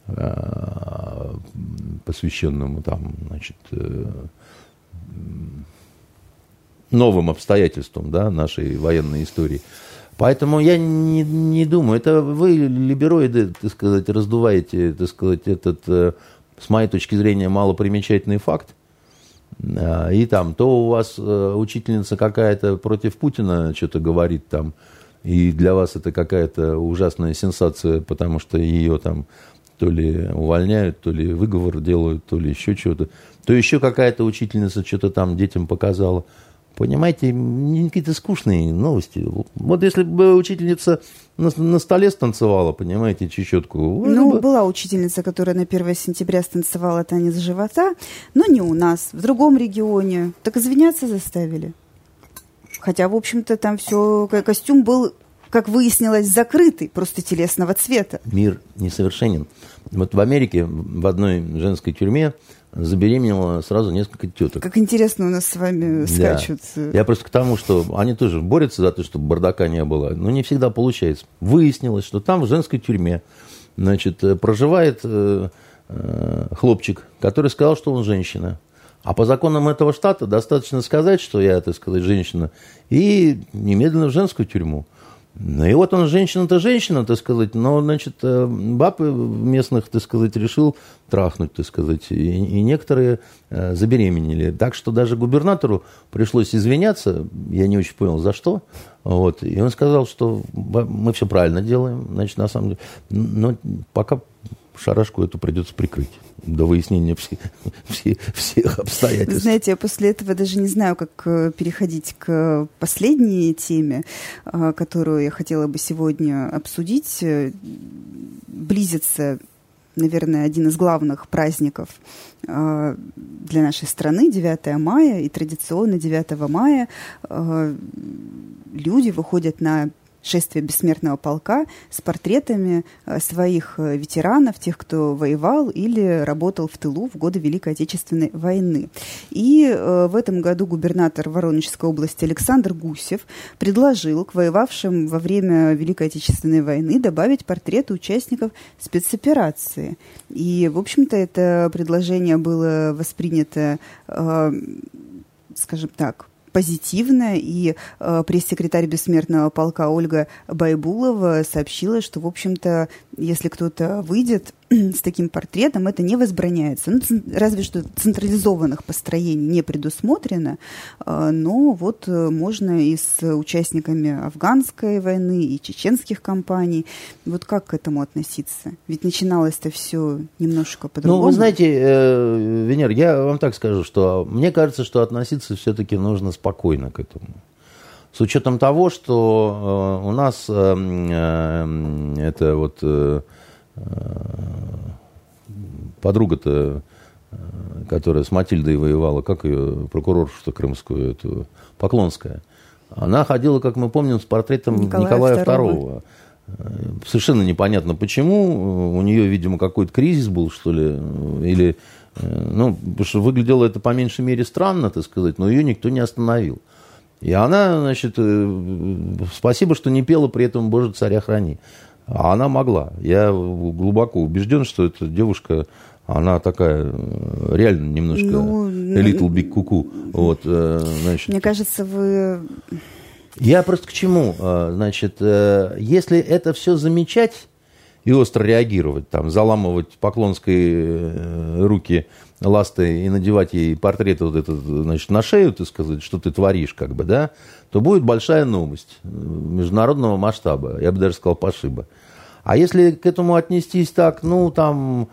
посвященному там, значит, новым обстоятельствам, да, нашей военной истории. Поэтому я не думаю, это вы, либероиды, так сказать, раздуваете, так сказать, этот, с моей точки зрения, малопримечательный факт. И там то у вас учительница какая-то против Путина что-то говорит там, и для вас это какая-то ужасная сенсация, потому что ее там то ли увольняют, то ли выговор делают, то ли еще что-то. То еще какая-то учительница что-то там детям показала. Понимаете, какие-то скучные новости. Вот если бы учительница на столе станцевала, понимаете, чечетку. Ну, была учительница, которая на 1 сентября станцевала танец живота, но не у нас, в другом регионе. Так извиняться заставили. Хотя, в общем-то, там все, костюм был, как выяснилось, закрытый, просто телесного цвета. Мир несовершенен. Вот в Америке, в одной женской тюрьме, забеременела сразу несколько теток. Как интересно у нас с вами скачут. Да. Я просто к тому, что они тоже борются за то, чтобы бардака не было, но не всегда получается. Выяснилось, что там в женской тюрьме, значит, проживает хлопчик, который сказал, что он женщина. А по законам этого штата достаточно сказать, что я, так сказать, женщина, и немедленно в женскую тюрьму. Ну и вот он, женщина-то женщина, так сказать, но, значит, баб местных, так сказать, решил трахнуть, так сказать, и некоторые забеременели. Так что даже губернатору пришлось извиняться, я не очень понял, за что. Вот. И он сказал, что мы все правильно делаем, значит, на самом деле, но пока шарашку эту придется прикрыть до выяснения всех обстоятельств. Вы знаете, я после этого даже не знаю, как переходить к последней теме, которую я хотела бы сегодня обсудить. Близится, наверное, один из главных праздников для нашей страны, 9 мая, и традиционно 9 мая люди выходят на шествие бессмертного полка с портретами своих ветеранов, тех, кто воевал или работал в тылу в годы Великой Отечественной войны. И в этом году губернатор Воронежской области Александр Гусев предложил к воевавшим во время Великой Отечественной войны добавить портреты участников спецоперации. И, в общем-то, это предложение было воспринято, скажем так, позитивно, и пресс-секретарь Бессмертного полка Ольга Байбулова сообщила, что, в общем-то, если кто-то выйдет с таким портретом, это не возбраняется. Ну, разве что централизованных построений не предусмотрено, но вот можно и с участниками афганской войны, и чеченских кампаний. Вот как к этому относиться? Ведь начиналось-то все немножко по-другому. Ну, вы знаете, Венера, я вам так скажу, что мне кажется, что относиться все-таки нужно спокойно к этому. С учетом того, что у нас это вот подруга-то, которая с Матильдой воевала, как ее, прокуроршу крымскую, эту, Поклонская, она ходила, как мы помним, с портретом Николая II. Совершенно непонятно почему. У нее, видимо, какой-то кризис был, что ли, или... Ну, потому что выглядело это по меньшей мере странно, так сказать, но ее никто не остановил. И она, значит, спасибо, что не пела при этом «Боже, царя храни». А она могла. Я глубоко убежден, что эта девушка, она такая реально немножко little big cuckoo. Вот, значит. Мне кажется, вы... Я просто к чему? Значит, если это все замечать и остро реагировать, там, заламывать Поклонской руки ласты и надевать ей портрет вот этот, значит, на шею, так сказать, что ты творишь, как бы, да, то будет большая новость международного масштаба, я бы даже сказал, пошиба. А если к этому отнестись так, ну, там,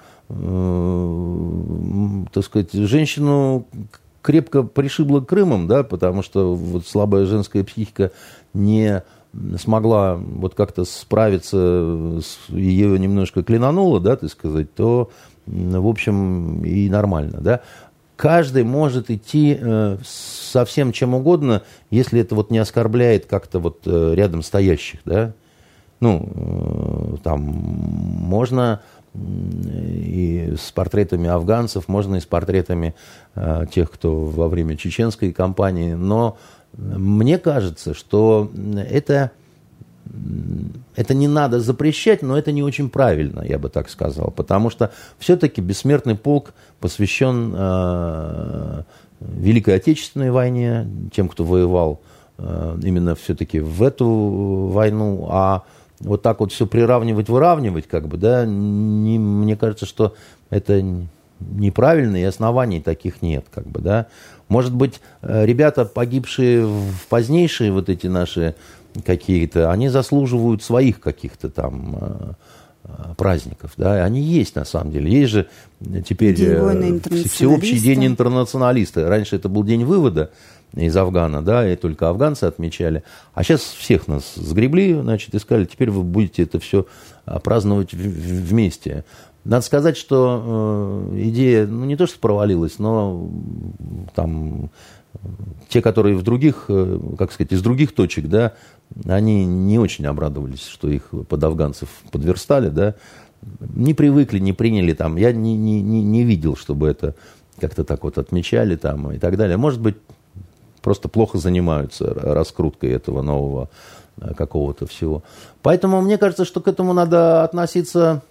так сказать, женщину крепко пришибло Крымом, да, потому что вот слабая женская психика не смогла вот как-то справиться, ее немножко клинануло, да, так сказать, то, в общем, и нормально, да. Каждый может идти со всем чем угодно, если это вот не оскорбляет как-то вот рядом стоящих, да. Ну, там можно и с портретами афганцев, можно и с портретами тех, кто во время чеченской кампании, но мне кажется, что это не надо запрещать, но это не очень правильно, я бы так сказал, потому что все-таки «Бессмертный полк» посвящен Великой Отечественной войне, тем, кто воевал именно все-таки в эту войну, а вот так вот все выравнивать, как бы, да, мне кажется, что это неправильно, и оснований таких нет, как бы, да. Может быть, ребята, погибшие в позднейшие вот эти наши какие-то, они заслуживают своих каких-то там праздников, да, они есть на самом деле. Есть же теперь всеобщий день интернационалиста. Раньше это был день вывода из Афгана, да, и только афганцы отмечали. А сейчас всех нас сгребли, значит, и сказали, теперь вы будете это все праздновать вместе. Надо сказать, что идея, ну, не то что провалилась, но там те, которые в других, как сказать, из других точек, да, они не очень обрадовались, что их под афганцев подверстали, да, не привыкли, не приняли там. Я не видел, чтобы это как-то так вот отмечали там и так далее. Может быть, просто плохо занимаются раскруткой этого нового какого-то всего. Поэтому мне кажется, что к этому надо относиться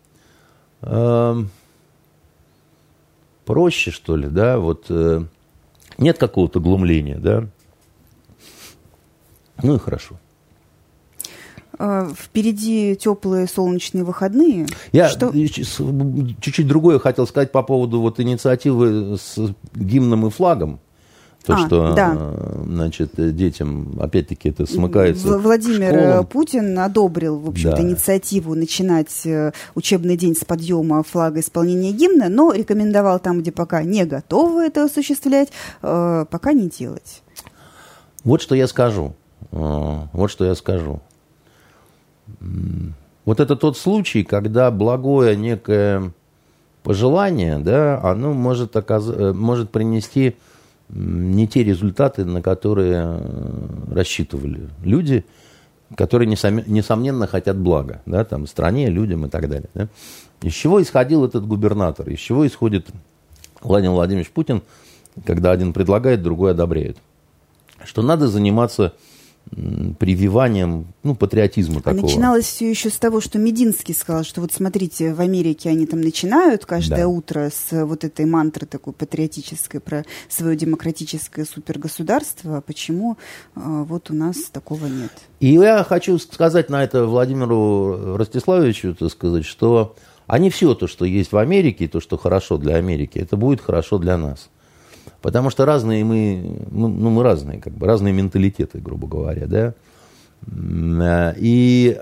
проще, что ли, да, вот нет какого-то глумления, да, ну и хорошо. Впереди теплые солнечные выходные. Я чуть-чуть другое хотел сказать по поводу вот инициативы с гимном и флагом. То, что, да. Значит, детям, опять-таки, это смыкается. Владимир Путин одобрил, в общем-то, инициативу начинать учебный день с подъема флага исполнения гимна, но рекомендовал там, где пока не готовы это осуществлять, пока не делать. Вот что я скажу. Вот это тот случай, когда благое некое пожелание, да, оно может принести не те результаты, на которые рассчитывали люди, которые, несомненно, хотят блага, да, там, стране, людям и так далее. Да. Из чего исходил этот губернатор? Из чего исходит Владимир Владимирович Путин, когда один предлагает, другой одобряет? Что надо заниматься прививанием, ну, патриотизма такого. Начиналось все еще с того, что Мединский сказал, что вот смотрите, в Америке они там начинают каждое утро с вот этой мантры такой патриотической про свое демократическое супергосударство, а почему вот у нас такого нет? И я хочу сказать на это Владимиру Ростиславовичу, так сказать, что не все то, что есть в Америке, то, что хорошо для Америки, это будет хорошо для нас. Потому что разные мы разные, как бы, разные менталитеты, грубо говоря, да. И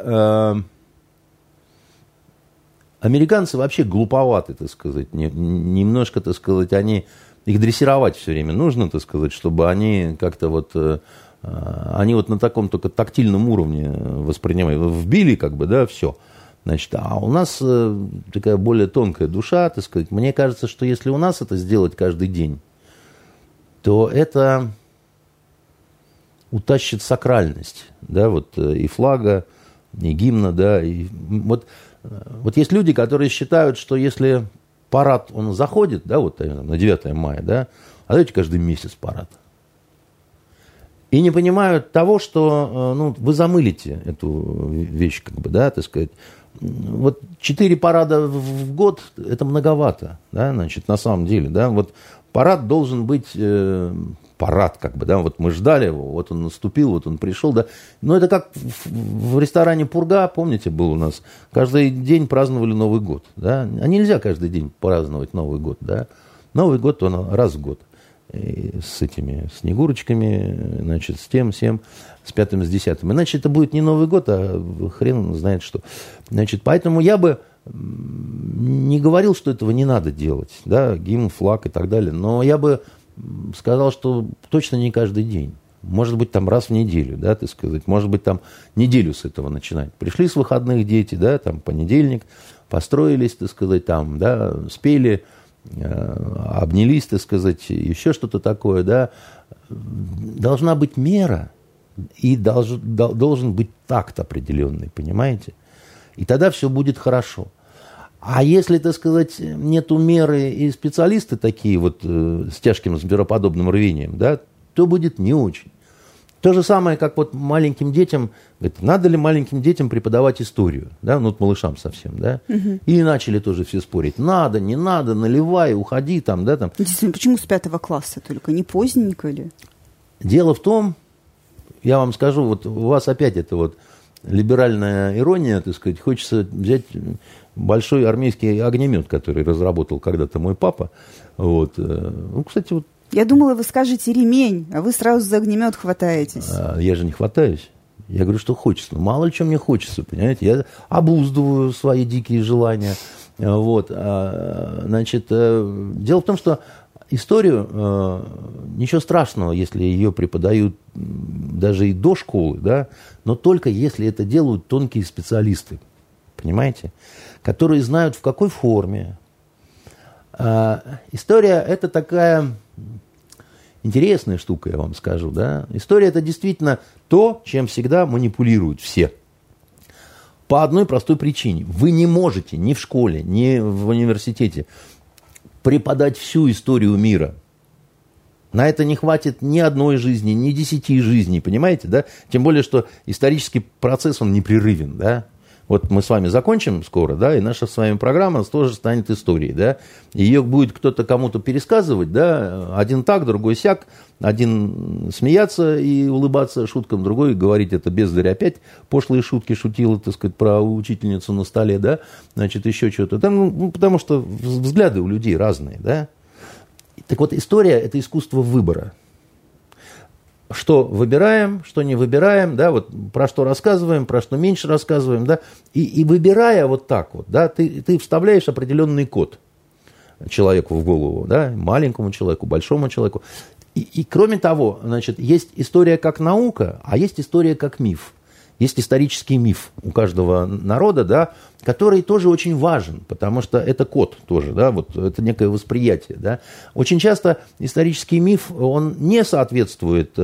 американцы вообще глуповаты, так сказать, немножко, так сказать, их дрессировать все время нужно, так сказать, чтобы они как-то вот, они вот на таком только тактильном уровне воспринимают, вбили, как бы, да, все. Значит, а у нас такая более тонкая душа, так сказать. Мне кажется, что если у нас это сделать каждый день, то это утащит сакральность, да, вот и флага, и гимна, да, и вот есть люди, которые считают, что если парад, он заходит, да, вот на 9 мая, да, а давайте каждый месяц парад. И не понимают того, что вы замылите эту вещь, как бы, да, так сказать. Вот 4 парада в год – это многовато, да, значит, на самом деле, да. Вот парад должен быть, парад, как бы, да, вот мы ждали его, вот он наступил, вот он пришел, да. Но это как в ресторане «Пурга», помните, был у нас, каждый день праздновали Новый год, да. А нельзя каждый день праздновать Новый год, да. Новый год, он раз в год. И с этими Снегурочками, значит, с тем, всем, с 5-м, с 10-м. Иначе это будет не Новый год, а хрен знает что. Значит, поэтому я бы не говорил, что этого не надо делать, да, гимн, флаг и так далее, но я бы сказал, что точно не каждый день. Может быть, там раз в неделю, да, так сказать, может быть, там неделю с этого начинать. Пришли с выходных дети, да, там понедельник, построились, так сказать, там, да, спели, обнялись, так сказать, еще что-то такое, да. Должна быть мера и должен быть такт определенный, понимаете? И тогда все будет хорошо. А если, так сказать, нету меры и специалисты такие вот с тяжким звероподобным рвением, да, то будет не очень. То же самое, как вот маленьким детям, говорит, надо ли маленьким детям преподавать историю, да, ну, вот малышам совсем, да, и начали тоже все спорить, надо, не надо, наливай, уходи там, да, там. Действительно, почему с 5 класса только, не поздненько ли? Дело в том, я вам скажу, вот у вас опять это вот либеральная ирония, так сказать, хочется взять большой армейский огнемет, который разработал когда-то мой папа, вот, ну, кстати, вот. Я думала, вы скажете ремень, а вы сразу за огнемет хватаетесь. Я же не хватаюсь. Я говорю, что хочется. Мало ли что мне хочется, понимаете. Я обуздываю свои дикие желания. Вот. Значит, дело в том, что историю, ничего страшного, если ее преподают даже и до школы, да, но только если это делают тонкие специалисты, понимаете, которые знают, в какой форме. История – это такая интересная штука, я вам скажу, да. История – это действительно то, чем всегда манипулируют все. По одной простой причине. Вы не можете ни в школе, ни в университете преподать всю историю мира. На это не хватит ни одной жизни, ни 10 жизней, понимаете, да? Тем более, что исторический процесс, он непрерывен, да. Вот мы с вами закончим скоро, да, и наша с вами программа тоже станет историей, да. Ее будет кто-то кому-то пересказывать, да, один так, другой сяк, один смеяться и улыбаться шуткам, другой говорить это бездарь опять, пошлые шутки шутила, так сказать, про учительницу на столе, да, значит, еще что-то. Там, ну, потому что взгляды у людей разные, да. Так вот, история – это искусство выбора. Что выбираем, что не выбираем, да, вот про что рассказываем, про что меньше рассказываем, да, и выбирая вот так вот, да, ты вставляешь определенный код человеку в голову, да, маленькому человеку, большому человеку. И кроме того, значит, есть история как наука, а есть история как миф. Есть исторический миф у каждого народа, да, который тоже очень важен, потому что это код тоже, да, вот это некое восприятие, да. Очень часто исторический миф, он не соответствует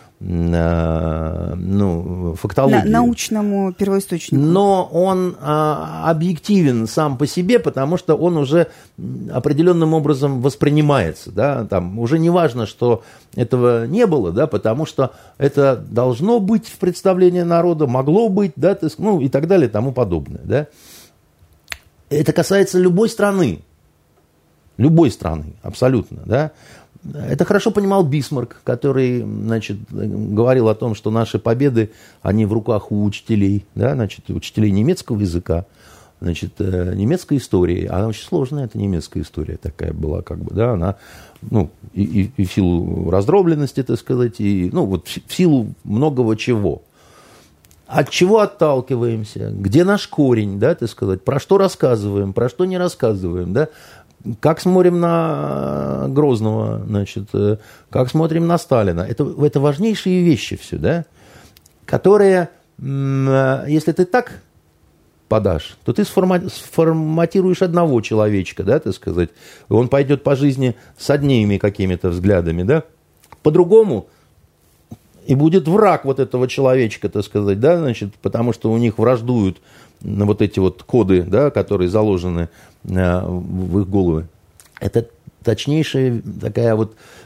фактологии. Научному первоисточнику. Но он объективен сам по себе, потому что он уже определенным образом воспринимается. Да? Там уже не важно, что этого не было, да, потому что это должно быть в представлении народа, могло быть, да, ну, и так далее, и тому подобное. Да? Это касается любой страны. Любой страны, абсолютно. Да? Это хорошо понимал Бисмарк, который, значит, говорил о том, что наши победы, они в руках у учителей, да, значит, учителей немецкого языка, значит, немецкой истории. Она очень сложная, эта немецкая история такая была, как бы, да, она, ну, и в силу раздробленности, так сказать, и, ну, вот в силу многого чего. От чего отталкиваемся, где наш корень, да, так сказать, про что рассказываем, про что не рассказываем, да. Как смотрим на Грозного, значит, как смотрим на Сталина. Это важнейшие вещи все, да, которые, если ты так подашь, то ты сформатируешь одного человечка, да, так сказать, и он пойдет по жизни с одними какими-то взглядами, да, по-другому, и будет враг вот этого человечка, так сказать, да, значит, потому что у них враждуют вот эти вот коды, да, которые заложены в их головы. Это точнейшая такая вот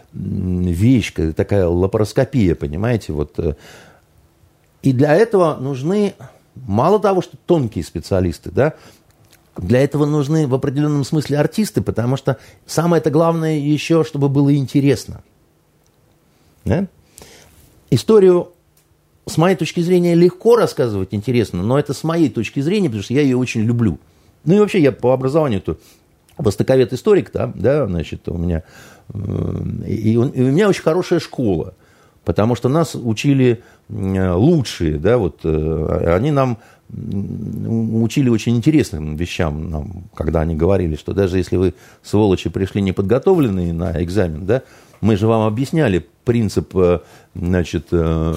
вещь, такая лапароскопия, понимаете, вот. И для этого нужны, мало того, что тонкие специалисты, да, для этого нужны в определенном смысле артисты, потому что самое-то главное еще, чтобы было интересно. Да? Историю, с моей точки зрения, легко рассказывать интересно, но это с моей точки зрения, потому что я ее очень люблю. Ну и вообще я по образованию-то востоковед-историк, да, значит, у меня, и у меня очень хорошая школа, потому что нас учили лучшие, да, вот, они нам учили очень интересным вещам, нам, когда они говорили, что даже если вы, сволочи, пришли неподготовленные на экзамен, да, мы же вам объясняли принцип, значит,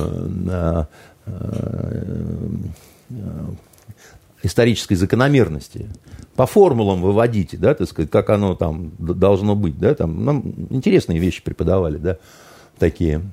исторической закономерности. По формулам выводите, да, так сказать, как оно там должно быть, да, там нам интересные вещи преподавали, да, такие.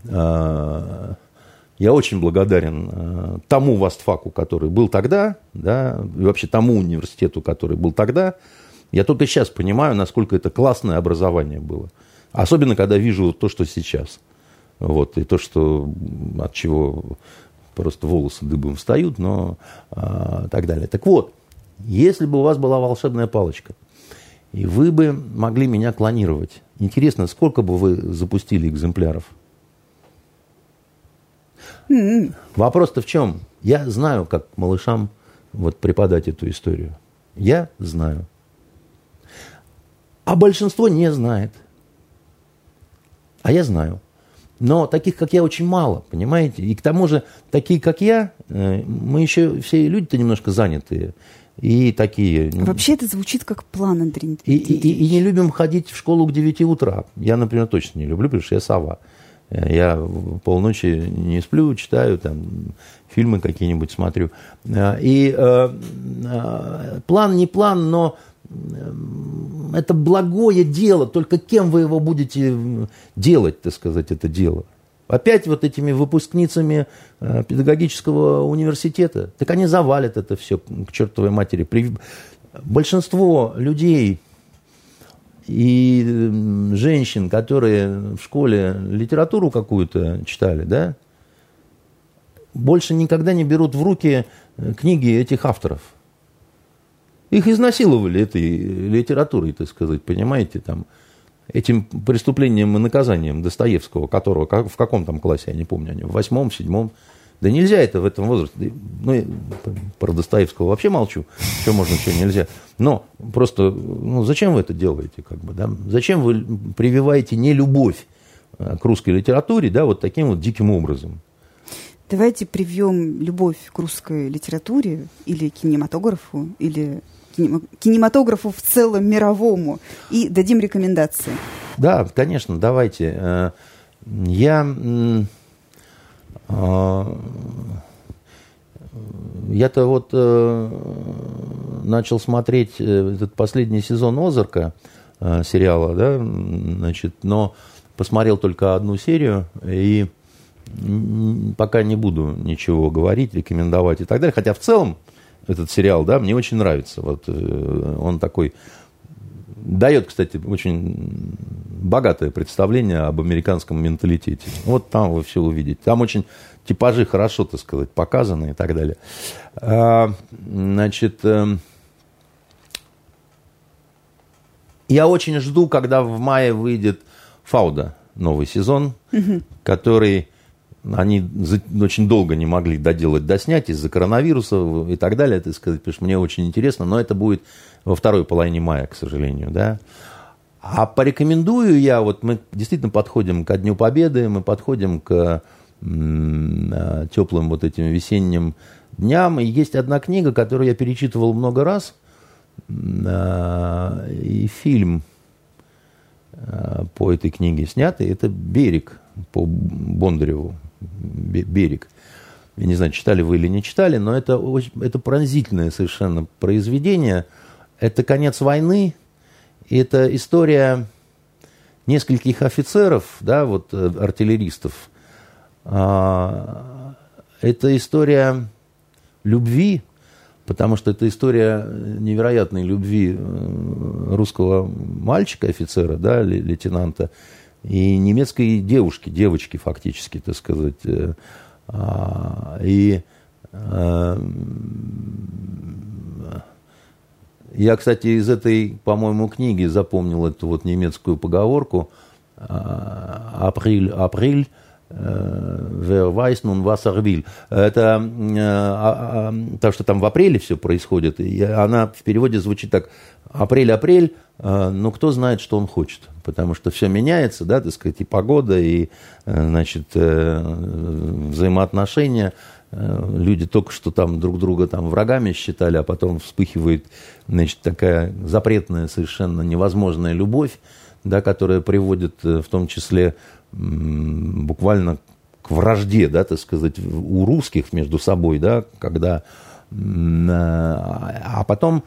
Я очень благодарен тому Востфаку, который был тогда, да, и вообще тому университету, который был тогда. Я только сейчас понимаю, насколько это классное образование было. Особенно, когда вижу то, что сейчас. Вот, и то, что, от чего просто волосы дыбом встают, но так далее. Так вот, если бы у вас была волшебная палочка, и вы бы могли меня клонировать, интересно, сколько бы вы запустили экземпляров? Вопрос-то в чем? Я знаю, как малышам вот преподать эту историю. Я знаю. А большинство не знает. А я знаю. Но таких, как я, очень мало, понимаете? И к тому же, такие, как я, мы еще все люди-то немножко занятые. И такие... Вообще это звучит как план, Андрей Дмитриевич. И не любим ходить в школу к 9 утра. Я, например, точно не люблю, потому что я сова. Я полночи не сплю, читаю, там, фильмы какие-нибудь смотрю. И план не план, но это благое дело. Только кем вы его будете делать, так сказать, это дело? Опять вот этими выпускницами педагогического университета. Так они завалят это все к чертовой матери. Большинство людей и женщин, которые в школе литературу какую-то читали, да, больше никогда не берут в руки книги этих авторов. Их изнасиловали этой литературой, так сказать, понимаете, там, этим преступлением и наказанием Достоевского, которого в каком там классе, я не помню, они в 8-м, 7-м. Да нельзя это в этом возрасте. Ну, про Достоевского вообще молчу, что можно, что нельзя. Но просто, ну, зачем вы это делаете, как бы, да? Зачем вы прививаете нелюбовь к русской литературе, да, вот таким вот диким образом? Давайте привьем любовь к русской литературе или кинематографу, или кинематографу в целом мировому и дадим рекомендации. Да, конечно, давайте. Я-то вот начал смотреть этот последний сезон «Озарка» сериала, да, значит, но посмотрел только одну серию и пока не буду ничего говорить, рекомендовать и так далее. Хотя в целом этот сериал, да, мне очень нравится. Вот он такой дает, кстати, очень богатое представление об американском менталитете. Вот там вы все увидите. Там очень типажи хорошо, так сказать, показаны и так далее. Значит, я очень жду, когда в мае выйдет «Фауда», новый сезон, который они очень долго не могли доделать, доснять из-за коронавируса и так далее, так сказать, потому что мне очень интересно, но это будет во второй половине мая, к сожалению, да. А порекомендую я, вот мы действительно подходим ко Дню Победы, мы подходим к теплым вот этим весенним дням, и есть одна книга, которую я перечитывал много раз, и фильм по этой книге снятый, это «Берег» по Бондареву, «Берег». Я не знаю, читали вы или не читали, но это пронзительное совершенно произведение. Это конец войны, и это история нескольких офицеров, да, вот артиллеристов. Это история любви, потому что это история невероятной любви русского мальчика, офицера, да, лейтенанта, и немецкой девочки фактически, так сказать. И я, кстати, из этой, по-моему, книги запомнил эту вот немецкую поговорку «Апрель, wer weiß nun, was er will». Это то, что там в апреле все происходит, и она в переводе звучит так: «Апрель, но кто знает, что он хочет». Потому что все меняется, да, так сказать, и погода, и, значит, взаимоотношения. Люди только что там друг друга там врагами считали, а потом вспыхивает, значит, такая запретная, совершенно невозможная любовь, да, которая приводит в том числе буквально к вражде, да, так сказать, у русских между собой, да, когда... А потом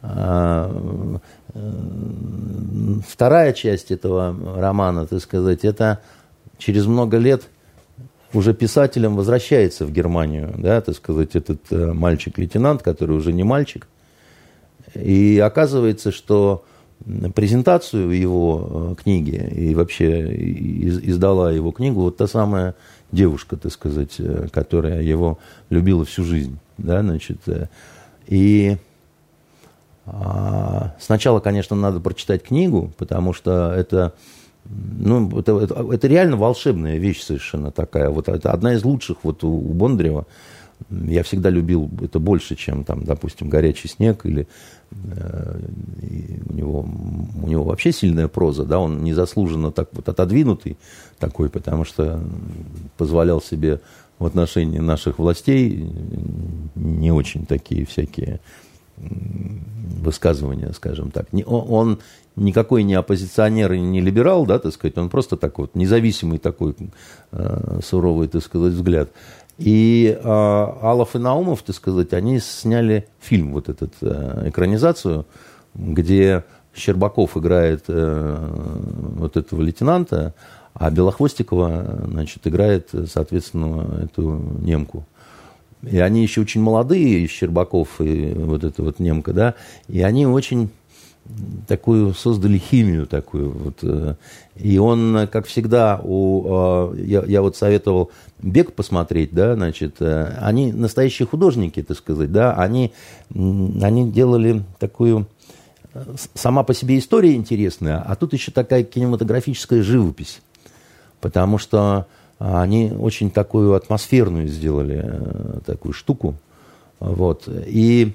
вторая часть этого романа, так сказать, это через много лет уже писателем возвращается в Германию, да, так сказать, этот мальчик-лейтенант, который уже не мальчик. И оказывается, что презентацию его книги и вообще издала его книгу вот та самая девушка, так сказать, которая его любила всю жизнь, да, значит. И сначала, конечно, надо прочитать книгу, потому что это реально волшебная вещь совершенно такая. Вот это одна из лучших вот у Бондарева. Я всегда любил это больше, чем, там, допустим, «Горячий снег» или у него вообще сильная проза, да, он незаслуженно так вот отодвинутый такой, потому что позволял себе в отношении наших властей не очень такие всякие высказывания, скажем так. Он никакой не оппозиционер и не либерал, да, так сказать, он просто такой вот независимый такой суровый, так сказать, взгляд. И Алов и Наумов, так сказать, они сняли фильм, вот этот, экранизацию, где Щербаков играет вот этого лейтенанта, а Белохвостикова, значит, играет, соответственно, эту немку. И они еще очень молодые, Щербаков и вот эта вот немка, да, и они очень такую создали химию такую вот. И он, как всегда, я вот советовал «Бег» посмотреть, да, значит, они настоящие художники, так сказать, да, они делали такую сама по себе история интересная, а тут еще такая кинематографическая живопись, потому что они очень такую атмосферную сделали такую штуку, вот, и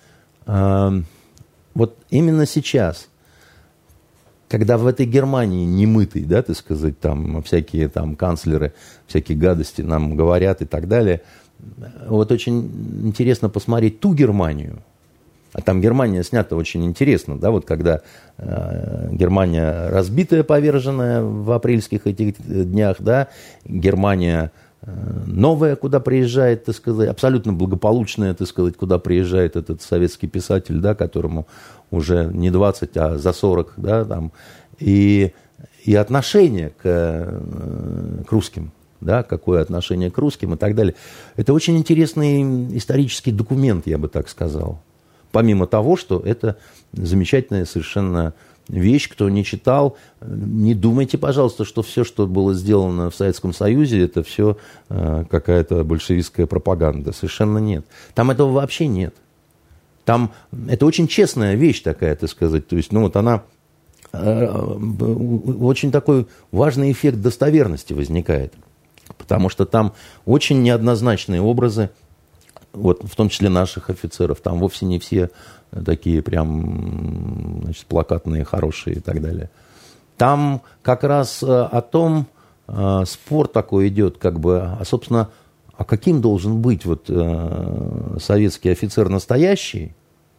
вот именно сейчас, когда в этой Германии немытой, да, так сказать, там всякие там канцлеры, всякие гадости нам говорят и так далее, вот очень интересно посмотреть ту Германию. А там Германия снята очень интересно, да, вот когда Германия разбитая, поверженная в апрельских этих днях, да, Германия новая, куда приезжает, так сказать, абсолютно благополучная, так сказать, куда приезжает этот советский писатель, да, которому уже не 20, а за 40, да, там, и отношение к русским, да, какое отношение к русским и так далее. Это очень интересный исторический документ, я бы так сказал. Помимо того, что это замечательная совершенно вещь, кто не читал, не думайте, пожалуйста, что все, что было сделано в Советском Союзе, это все какая-то большевистская пропаганда. Совершенно нет. Там этого вообще нет. Там это очень честная вещь такая, так сказать. То есть, ну вот она, очень такой важный эффект достоверности возникает. Потому что там очень неоднозначные образы, вот, в том числе наших офицеров. Там вовсе не все такие прям, значит, плакатные, хорошие и так далее. Там как раз о том спор такой идет, как бы, а, собственно, а каким должен быть вот советский офицер настоящий?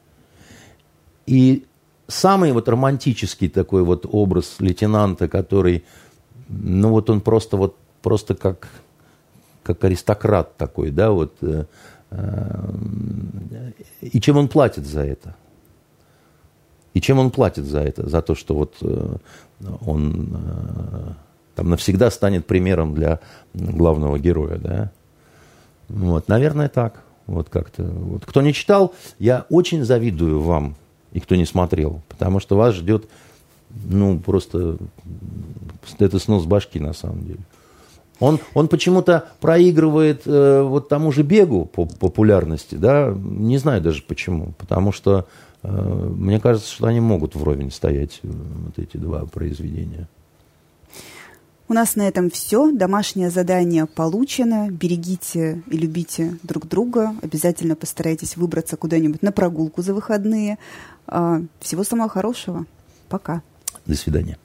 И самый вот романтический такой вот образ лейтенанта, который, ну вот он просто как аристократ такой, да, вот. И чем он платит за это? И чем он платит за это? За то, что вот он там навсегда станет примером для главного героя, да? Вот, наверное, так. Вот как-то. Вот. Кто не читал, я очень завидую вам, и кто не смотрел, потому что вас ждет просто это снос башки на самом деле. Он почему-то проигрывает вот тому же Бегу по популярности, да, не знаю даже почему, потому что мне кажется, что они могут вровень стоять, вот эти два произведения. У нас на этом все. Домашнее задание получено. Берегите и любите друг друга. Обязательно постарайтесь выбраться куда-нибудь на прогулку за выходные. Всего самого хорошего. Пока. До свидания.